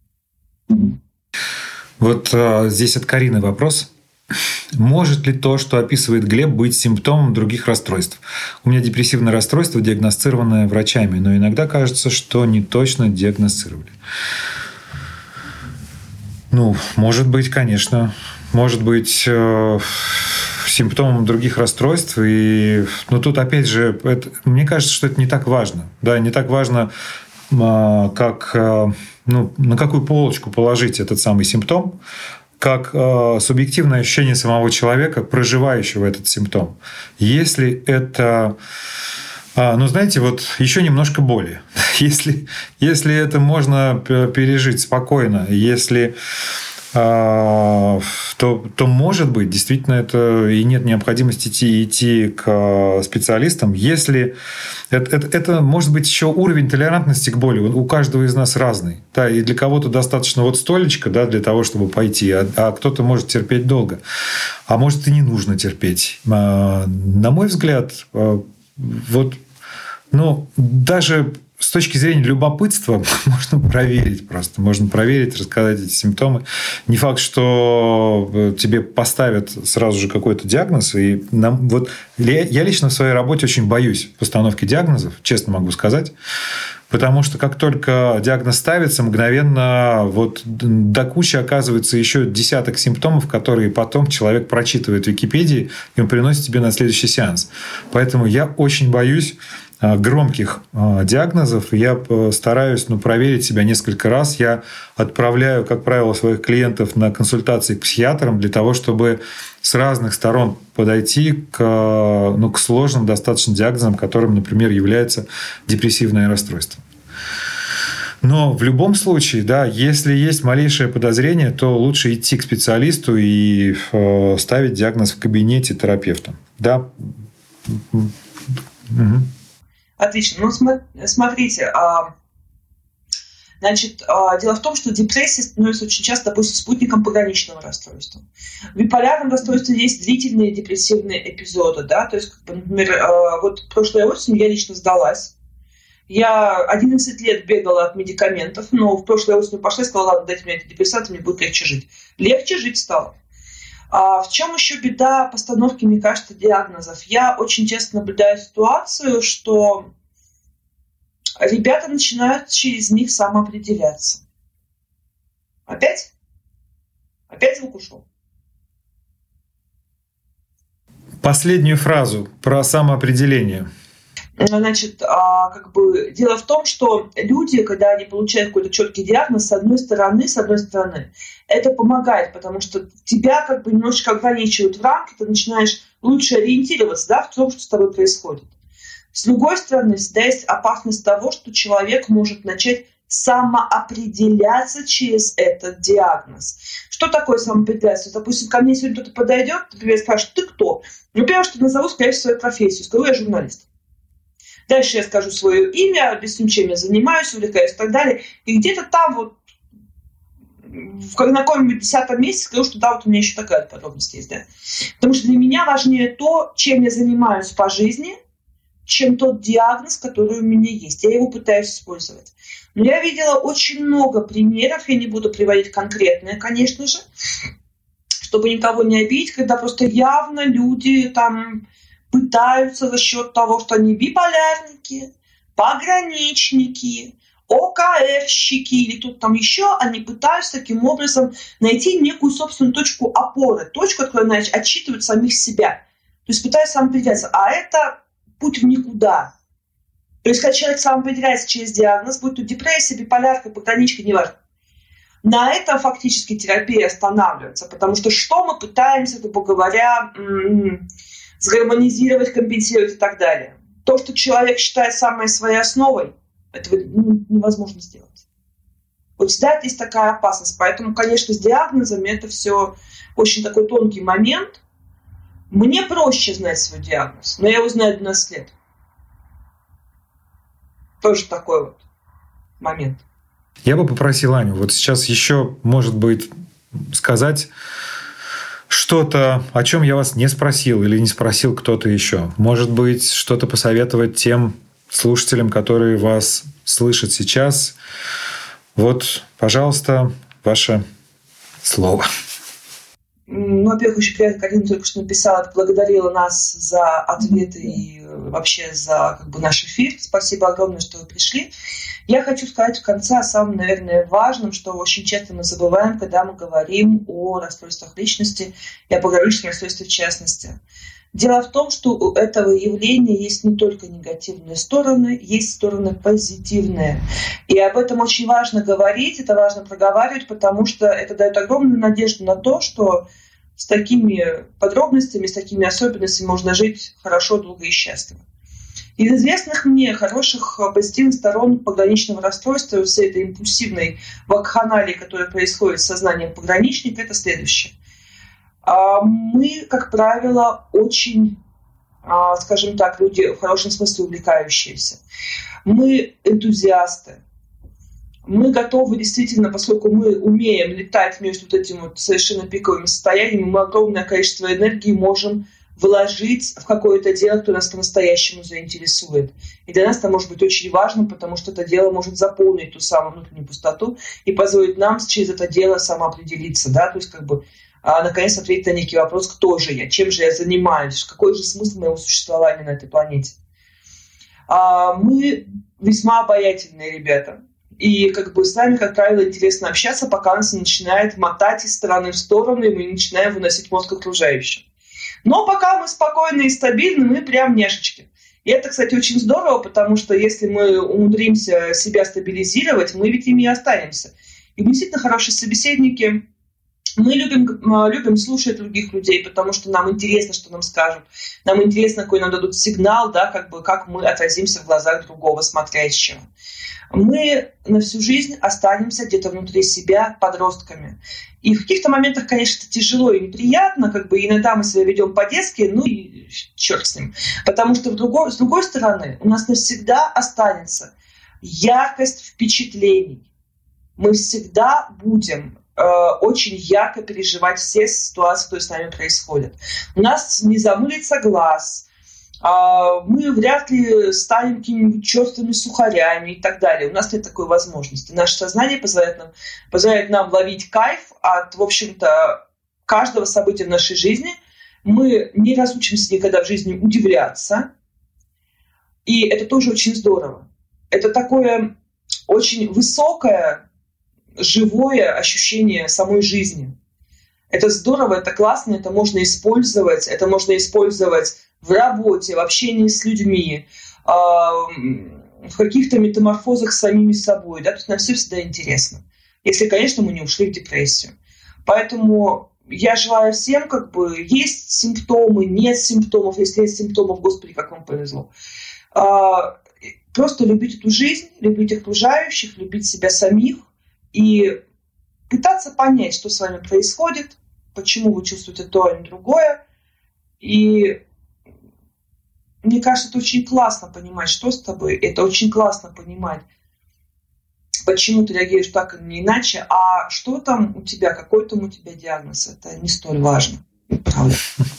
Вот а, здесь от Карины вопрос. Может ли то, что описывает Глеб, быть симптомом других расстройств? У меня депрессивное расстройство, диагностированное врачами, но иногда кажется, что не точно диагностировали. Ну, может быть, конечно. Может быть, э, симптомом других расстройств. И, но тут, опять же, это, мне кажется, что это не так важно. Да, не так важно, э, как, э, ну, на какую полочку положить этот самый симптом, как э, субъективное ощущение самого человека, проживающего этот симптом. Если это... Ну, знаете, вот еще немножко боли. Если, если это можно пережить спокойно, если, то, то, может быть, действительно, это и нет необходимости идти, идти к специалистам. Если это, это, это может быть еще уровень толерантности к боли. У каждого из нас разный. Да, и для кого-то достаточно вот столечко, да, для того, чтобы пойти, а, а кто-то может терпеть долго. А может, и не нужно терпеть. На мой взгляд, вот... Ну, даже с точки зрения любопытства можно проверить просто. Можно проверить, рассказать эти симптомы. Не факт, что тебе поставят сразу же какой-то диагноз. И нам, вот, я лично в своей работе очень боюсь постановки диагнозов, честно могу сказать. Потому что как только диагноз ставится, мгновенно вот до кучи оказывается еще десяток симптомов, которые потом человек прочитывает в Википедии, и он приносит тебе на следующий сеанс. Поэтому я очень боюсь громких диагнозов. Я стараюсь ну, проверить себя несколько раз. Я отправляю, как правило, своих клиентов на консультации к психиатрам для того, чтобы с разных сторон подойти к, ну, к сложным достаточно диагнозам, которым, например, является депрессивное расстройство. Но в любом случае, да, если есть малейшее подозрение, то лучше идти к специалисту и ставить диагноз в кабинете терапевта. Да. Угу. Отлично. Ну, смотрите, значит, дело в том, что депрессия становится очень часто, допустим, спутником пограничного расстройства. В биполярном расстройстве есть длительные депрессивные эпизоды, да, то есть, например, вот прошлой осенью я лично сдалась, Я одиннадцать лет бегала от медикаментов, но в прошлой осенью пошла и сказала, ладно, дайте мне антидепрессанты, мне будет легче жить. Легче жить стало. А в чем еще беда постановки, мне кажется, диагнозов? Я очень часто наблюдаю ситуацию, что ребята начинают через них самоопределяться. Опять? Опять звук ушел? Последнюю фразу про самоопределение. Значит, как бы дело в том, что люди, когда они получают какой-то четкий диагноз, с одной стороны, с одной стороны, это помогает, потому что тебя как бы немножечко ограничивают в рамки, ты начинаешь лучше ориентироваться, да, в том, что с тобой происходит. С другой стороны, всегда есть опасность того, что человек может начать самоопределяться через этот диагноз. Что такое самоопределяться? Допустим, ко мне сегодня кто-то подойдет, например, спрашивает, ты кто? Ну, первое, что назову, скорее всего, свою профессию. Скажу, я журналист. Дальше я скажу свое имя, объясню, чем я занимаюсь, увлекаюсь и так далее. И где-то там вот в на каком-нибудь десятом месяце скажу, что да, вот у меня еще такая подробность есть. Да? Потому что для меня важнее то, чем я занимаюсь по жизни, чем тот диагноз, который у меня есть. Я его пытаюсь использовать. Но я видела очень много примеров, я не буду приводить конкретные, конечно же, чтобы никого не обидеть, когда просто явно люди там пытаются за счет того, что они биполярники, пограничники, ОКРщики или тут там еще, они пытаются таким образом найти некую собственную точку опоры, точку, от которой они отчитывают самих себя. То есть пытаются самоопределяться. А это путь в никуда. То есть, когда человек самоопределяется через диагноз, будь то депрессия, биполярка, пограничка, неважно, на этом фактически терапия останавливается. Потому что что мы пытаемся, грубо говоря, сгармонизировать, компенсировать и так далее. То, что человек считает самой своей основой, этого невозможно сделать. Вот всегда есть такая опасность. Поэтому, конечно, с диагнозами это все очень такой тонкий момент. Мне проще знать свой диагноз, но я его знаю двенадцать лет. Тоже такой вот момент. Я бы попросил Аню вот сейчас еще, может быть, сказать что-то, о чем я вас не спросил или не спросил кто-то еще. Может быть, что-то посоветовать тем слушателям, которые вас слышат сейчас. Вот, пожалуйста, ваше слово. Ну, во-первых, очень приятно, Карина только что написала, поблагодарила нас за ответы и вообще за как бы, наш эфир. Спасибо огромное, что вы пришли. Я хочу сказать в конце о самом, наверное, важном, что очень часто мы забываем, когда мы говорим о расстройствах личности и о пограничном расстройстве в частности. Дело в том, что у этого явления есть не только негативные стороны, есть стороны позитивные. И об этом очень важно говорить, это важно проговаривать, потому что это дает огромную надежду на то, что с такими подробностями, с такими особенностями можно жить хорошо, долго и счастливо. Из известных мне хороших позитивных сторон пограничного расстройства, всей этой импульсивной вакханалии, которая происходит с сознанием пограничника, это следующее. Мы, как правило, очень, скажем так, люди в хорошем смысле увлекающиеся. Мы энтузиасты. Мы готовы действительно, поскольку мы умеем летать между вот этими вот совершенно пиковыми состояниями, мы огромное количество энергии можем вложить в какое-то дело, которое нас по-настоящему заинтересует. И для нас это может быть очень важно, потому что это дело может заполнить ту самую внутреннюю пустоту и позволить нам через это дело самоопределиться, да, то есть как бы а, наконец ответить на некий вопрос, кто же я, чем же я занимаюсь, какой же смысл моего существования на этой планете. А, мы весьма обаятельные ребята. И как бы с нами, как правило, интересно общаться, пока нас не начинает мотать из стороны в сторону, и мы не начинаем выносить мозг окружающим. Но пока мы спокойны и стабильны, мы прям няшечки. И это, кстати, очень здорово, потому что если мы умудримся себя стабилизировать, мы ведь ими и останемся. И мы действительно хорошие собеседники. Мы любим, любим слушать других людей, потому что нам интересно, что нам скажут. Нам интересно, какой нам дадут сигнал, да, как бы, как мы отразимся в глазах другого смотрящего. Мы на всю жизнь останемся где-то внутри себя подростками. И в каких-то моментах, конечно, это тяжело и неприятно, как бы иногда мы себя ведем по-детски, ну и черт с ним. Потому что в другой, с другой стороны у нас навсегда останется яркость впечатлений. Мы всегда будем э, очень ярко переживать все ситуации, которые с нами происходят. У нас не замылится глаз, мы вряд ли станем какими-нибудь черствыми сухарями и так далее. У нас нет такой возможности. Наше сознание позволяет нам, позволяет нам ловить кайф от, в общем-то, каждого события в нашей жизни. Мы не разучимся никогда в жизни удивляться. И это тоже очень здорово. Это такое очень высокое, живое ощущение самой жизни. Это здорово, это классно, это можно использовать. Это можно использовать в работе, в общении с людьми, в каких-то метаморфозах с самими собой. Да? То есть нам все всегда интересно. Если, конечно, мы не ушли в депрессию. Поэтому я желаю всем, как бы, есть симптомы, нет симптомов. Если есть симптомов, Господи, как вам повезло. Просто любить эту жизнь, любить окружающих, любить себя самих и пытаться понять, что с вами происходит, почему вы чувствуете то, а не другое. И мне кажется, это очень классно понимать, что с тобой. Это очень классно понимать, почему ты реагируешь так и не иначе. А что там у тебя, какой там у тебя диагноз, это не столь важно. Правда.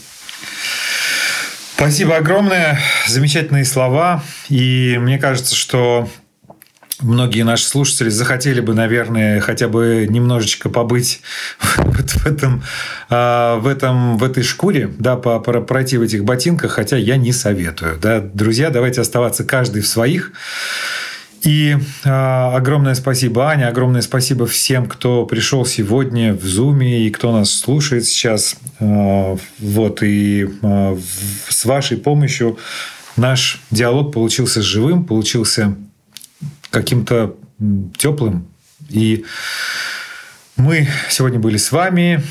Спасибо огромное. Замечательные слова. И мне кажется, что многие наши слушатели захотели бы, наверное, хотя бы немножечко побыть в этом, в этом, в этой шкуре, да, пройти в этих ботинках, хотя я не советую. Да. Друзья, давайте оставаться каждый в своих. И огромное спасибо, Аня, огромное спасибо всем, кто пришел сегодня в Zoom и кто нас слушает сейчас. Вот, и с вашей помощью наш диалог получился живым, получился каким-то теплым. И мы сегодня были с вами,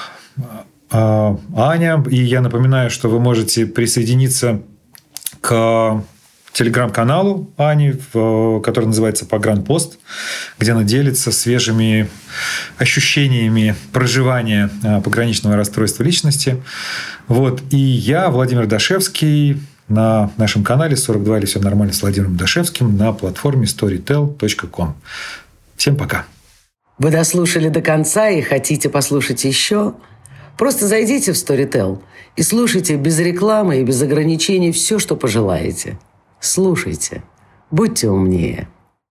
Аня. И я напоминаю, что вы можете присоединиться к телеграм-каналу Ани, который называется «Погранпост», где она делится свежими ощущениями проживания пограничного расстройства личности. Вот. И я, Владимир Дашевский, на нашем канале сорок два или все нормально с Владимиром Дашевским на платформе storytel точка com. Всем пока. Вы дослушали до конца и хотите послушать еще? Просто зайдите в Storytel и слушайте без рекламы и без ограничений все, что пожелаете. Слушайте. Будьте умнее.